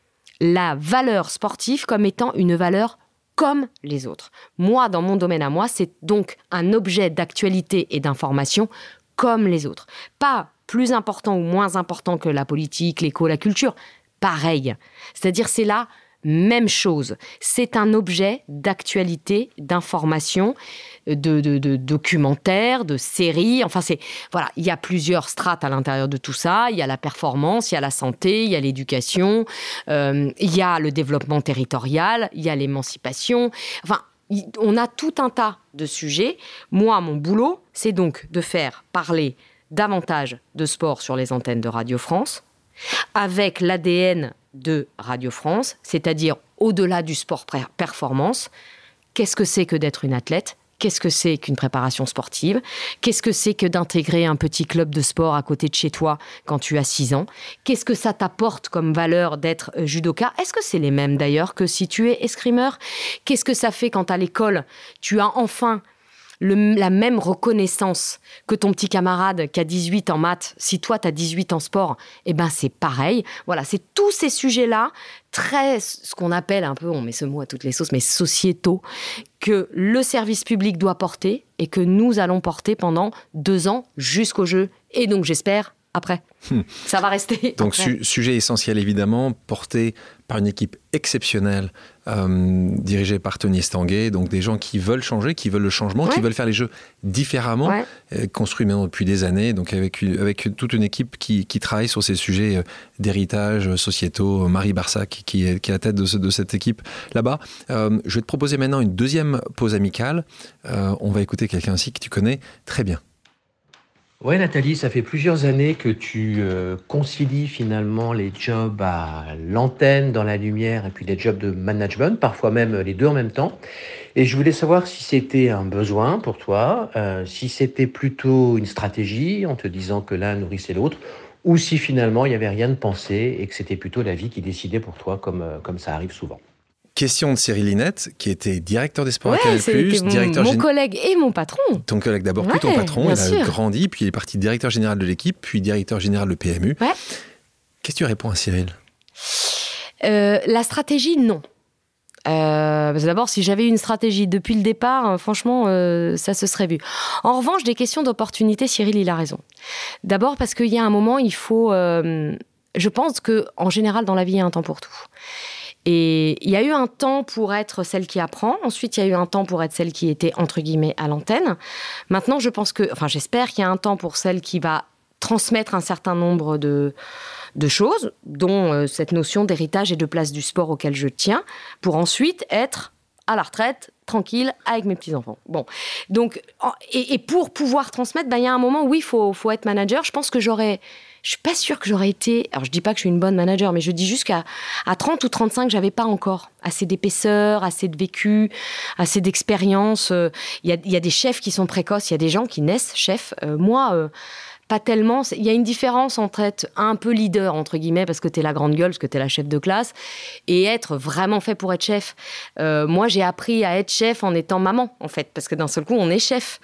la valeur sportive comme étant une valeur comme les autres. Moi, dans mon domaine à moi, c'est donc un objet d'actualité et d'information comme les autres. Pas plus important ou moins important que la politique, l'éco, la culture. Pareil. C'est-à-dire, c'est la même chose. C'est un objet d'actualité, d'information, de documentaire, de série. Enfin, voilà, il y a plusieurs strates à l'intérieur de tout ça. Il y a la performance, il y a la santé, il y a l'éducation, il y a le développement territorial, il y a l'émancipation. Enfin, on a tout un tas de sujets. Moi, mon boulot, c'est donc de faire parler davantage de sport sur les antennes de Radio France, avec l'ADN de Radio France, c'est-à-dire au-delà du sport performance, qu'est-ce que c'est que d'être une athlète? Qu'est-ce que c'est qu'une préparation sportive? Qu'est-ce que c'est que d'intégrer un petit club de sport à côté de chez toi quand tu as 6 ans? Qu'est-ce que ça t'apporte comme valeur d'être judoka? Est-ce que c'est les mêmes d'ailleurs que si tu es escrimeur? Qu'est-ce que ça fait quand à l'école, tu as enfin la même reconnaissance que ton petit camarade qui a 18 en maths. Si toi, tu as 18 en sport, c'est pareil. Voilà, c'est tous ces sujets-là, très, ce qu'on appelle un peu, on met ce mot à toutes les sauces, mais sociétaux, que le service public doit porter et que nous allons porter pendant 2 ans jusqu'au jeu. Et donc, j'espère, après. Ça va rester. Donc, sujet essentiel, évidemment, porté par une équipe exceptionnelle, dirigée par Tony Estanguet. Donc, des gens qui veulent changer, qui veulent le changement, qui veulent faire les jeux différemment, construits maintenant depuis des années. Donc, avec toute une équipe qui travaille sur ces sujets d'héritage sociétaux. Marie Barsac, qui est à la tête de cette équipe là-bas. Je vais te proposer maintenant une deuxième pause amicale. On va écouter quelqu'un aussi que tu connais très bien. Ouais, Nathalie, ça fait plusieurs années que tu concilies finalement les jobs à l'antenne, dans la lumière, et puis les jobs de management, parfois même les deux en même temps. Et je voulais savoir si c'était un besoin pour toi, si c'était plutôt une stratégie, en te disant que l'un nourrissait l'autre, ou si finalement il n'y avait rien de pensé et que c'était plutôt la vie qui décidait pour toi, comme ça arrive souvent. Question de Cyril Linette, qui était directeur des sports à Canal+, mon collègue et mon patron. Ton collègue d'abord, puis ton patron. Il a grandi, puis il est parti directeur général de l'équipe, puis directeur général de PMU. Ouais. Qu'est-ce que tu réponds à Cyril ? La stratégie, non. Parce que d'abord, si j'avais une stratégie depuis le départ, franchement, ça se serait vu. En revanche, des questions d'opportunité, Cyril, il a raison. D'abord parce qu'il y a un moment, il faut... je pense qu'en général, dans la vie, il y a un temps pour tout. Et il y a eu un temps pour être celle qui apprend. Ensuite, il y a eu un temps pour être celle qui était, entre guillemets, à l'antenne. Maintenant, j'espère qu'il y a un temps pour celle qui va transmettre un certain nombre de choses, dont cette notion d'héritage et de place du sport auquel je tiens, pour ensuite être à la retraite, tranquille, avec mes petits-enfants. Bon. Donc, et pour pouvoir transmettre, il y a un moment où il faut être manager. Je pense que je suis pas sûre que j'aurais été... Alors, je dis pas que je suis une bonne manager, mais je dis juste qu'à 30 ou 35, j'avais pas encore assez d'épaisseur, assez de vécu, assez d'expérience. Il y a des chefs qui sont précoces, il y a des gens qui naissent chefs. Moi... pas tellement. Il y a une différence entre être un peu leader, entre guillemets, parce que t'es la grande gueule, parce que t'es la chef de classe, et être vraiment fait pour être chef. Moi, j'ai appris à être chef en étant maman, en fait, parce que d'un seul coup, on est chef.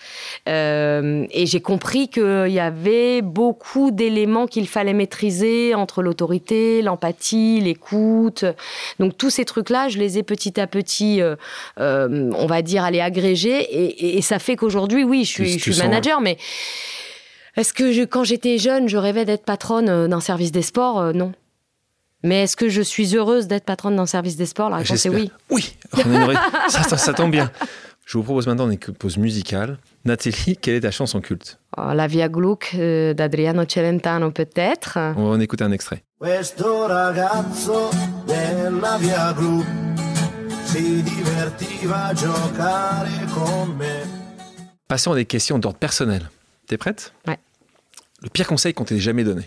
Et j'ai compris qu'il y avait beaucoup d'éléments qu'il fallait maîtriser entre l'autorité, l'empathie, l'écoute. Donc, tous ces trucs-là, je les ai petit à petit, on va dire, agrégés. Et ça fait qu'aujourd'hui, oui, je suis manager, mais... Est-ce que quand j'étais jeune, je rêvais d'être patronne d'un service des sports ? Non. Mais est-ce que je suis heureuse d'être patronne d'un service des sports ? La réponse est oui. Oui, ça tombe bien. Je vous propose maintenant une pause musicale. Nathalie, quelle est ta chanson culte ? La Via Gluck d'Adriano Celentano, peut-être. On va en écouter un extrait. Questo ragazzo della Via Gluck si divertiva a giocare con me. Passons à des questions d'ordre personnel. T'es prête ? Ouais. Le pire conseil qu'on t'ait jamais donné ?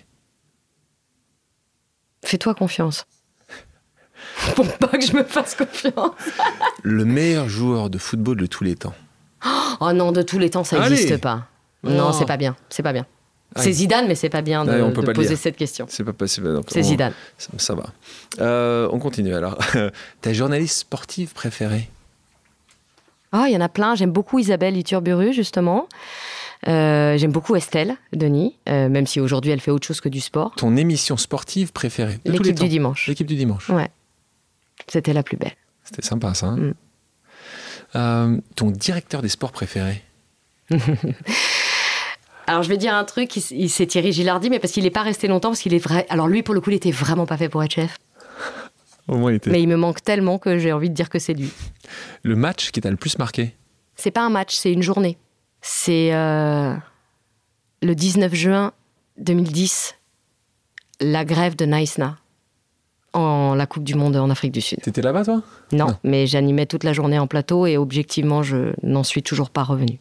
Fais-toi confiance. Pour pas que je me fasse confiance. Le meilleur joueur de football de tous les temps ? Oh non, de tous les temps, ça n'existe pas. Non, c'est pas bien. C'est pas bien. C'est Zidane, mais c'est pas bien de poser cette question. C'est pas possible. C'est Zidane. Ça va. On continue alors. Ta journaliste sportive préférée ? Oh, il y en a plein. J'aime beaucoup Isabelle Iturburu, justement. J'aime beaucoup Estelle Denis, même si aujourd'hui elle fait autre chose que du sport. Ton émission sportive préférée de tous les temps ? L'équipe du dimanche. Ouais. C'était la plus belle. C'était sympa ça. Ton directeur des sports préféré ? Alors je vais dire un truc, c'est Thierry Gilardi, mais parce qu'il n'est pas resté longtemps, parce qu'il est vrai. Alors lui, pour le coup, il était vraiment pas fait pour être chef. Au moins, il était. Mais il me manque tellement que j'ai envie de dire que c'est lui. Le match qui t'a le plus marqué ? C'est pas un match, c'est une journée. C'est le 19 juin 2010, la grève de Naïsna, en la Coupe du Monde en Afrique du Sud. T'étais là-bas, toi ? Non, mais j'animais toute la journée en plateau et objectivement, je n'en suis toujours pas revenue.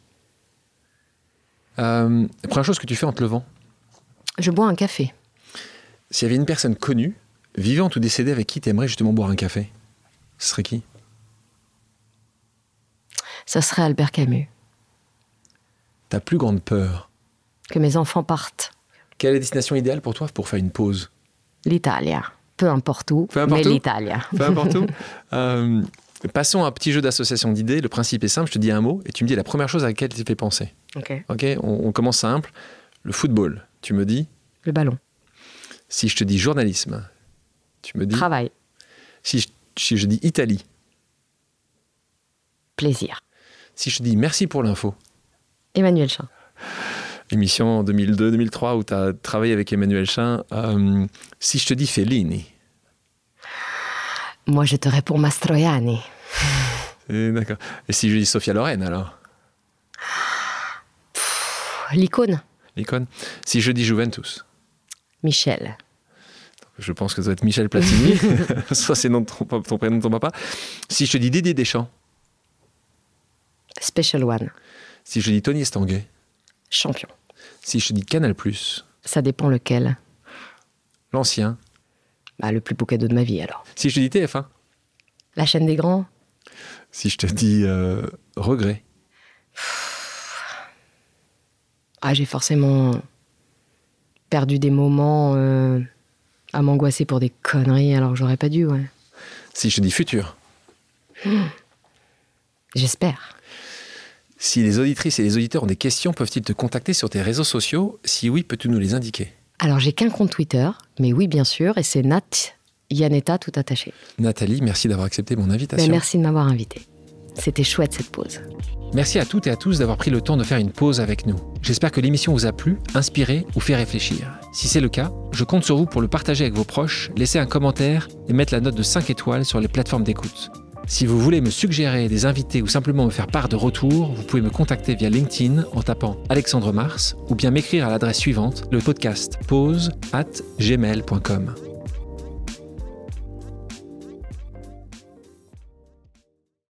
La première chose que tu fais en te levant ? Je bois un café. S'il y avait une personne connue, vivante ou décédée, avec qui tu aimerais justement boire un café, ce serait qui ? Ça serait Albert Camus. Ta plus grande peur ? Que mes enfants partent. Quelle est la destination idéale pour toi pour faire une pause ? L'Italie. Peu importe où, mais l'Italie. Peu importe où. Passons à un petit jeu d'association d'idées. Le principe est simple, je te dis un mot et tu me dis la première chose à laquelle tu fais penser. Ok. On commence simple. Le football, tu me dis. Le ballon. Si je te dis journalisme, tu me dis. Travail. Si je dis Italie. Plaisir. Si je te dis merci pour l'info. Emmanuel Chin. Émission en 2002-2003 où tu as travaillé avec Emmanuel Chin. Si je te dis Fellini. Moi, je te réponds Mastroianni. D'accord. Et si je dis Sophia Loren, alors? L'icône. L'icône. Si je dis Juventus. Michel. Je pense que ça doit être Michel Platini. Soit c'est le nom de ton prénom de ton papa. Si je te dis Didier Deschamps. Special One. Si je dis Tony Estanguet. Champion. Si je te dis Canal+. Ça dépend lequel. L'ancien. Le plus beau cadeau de ma vie, alors. Si je te dis TF1. La chaîne des grands. Si je te dis Regret. J'ai forcément perdu des moments à m'angoisser pour des conneries, alors que j'aurais pas dû, ouais. Si je te dis Futur. J'espère. Si les auditrices et les auditeurs ont des questions, peuvent-ils te contacter sur tes réseaux sociaux? Si oui, peux-tu nous les indiquer? Alors, j'ai qu'un compte Twitter, mais oui, bien sûr, et c'est Nat Yanetta, tout attaché. Nathalie, merci d'avoir accepté mon invitation. Merci de m'avoir invité. C'était chouette, cette pause. Merci à toutes et à tous d'avoir pris le temps de faire une pause avec nous. J'espère que l'émission vous a plu, inspiré ou fait réfléchir. Si c'est le cas, je compte sur vous pour le partager avec vos proches, laisser un commentaire et mettre la note de 5 étoiles sur les plateformes d'écoute. Si vous voulez me suggérer des invités ou simplement me faire part de retours, vous pouvez me contacter via LinkedIn en tapant Alexandre Mars ou bien m'écrire à l'adresse suivante, le podcast pause@gmail.com.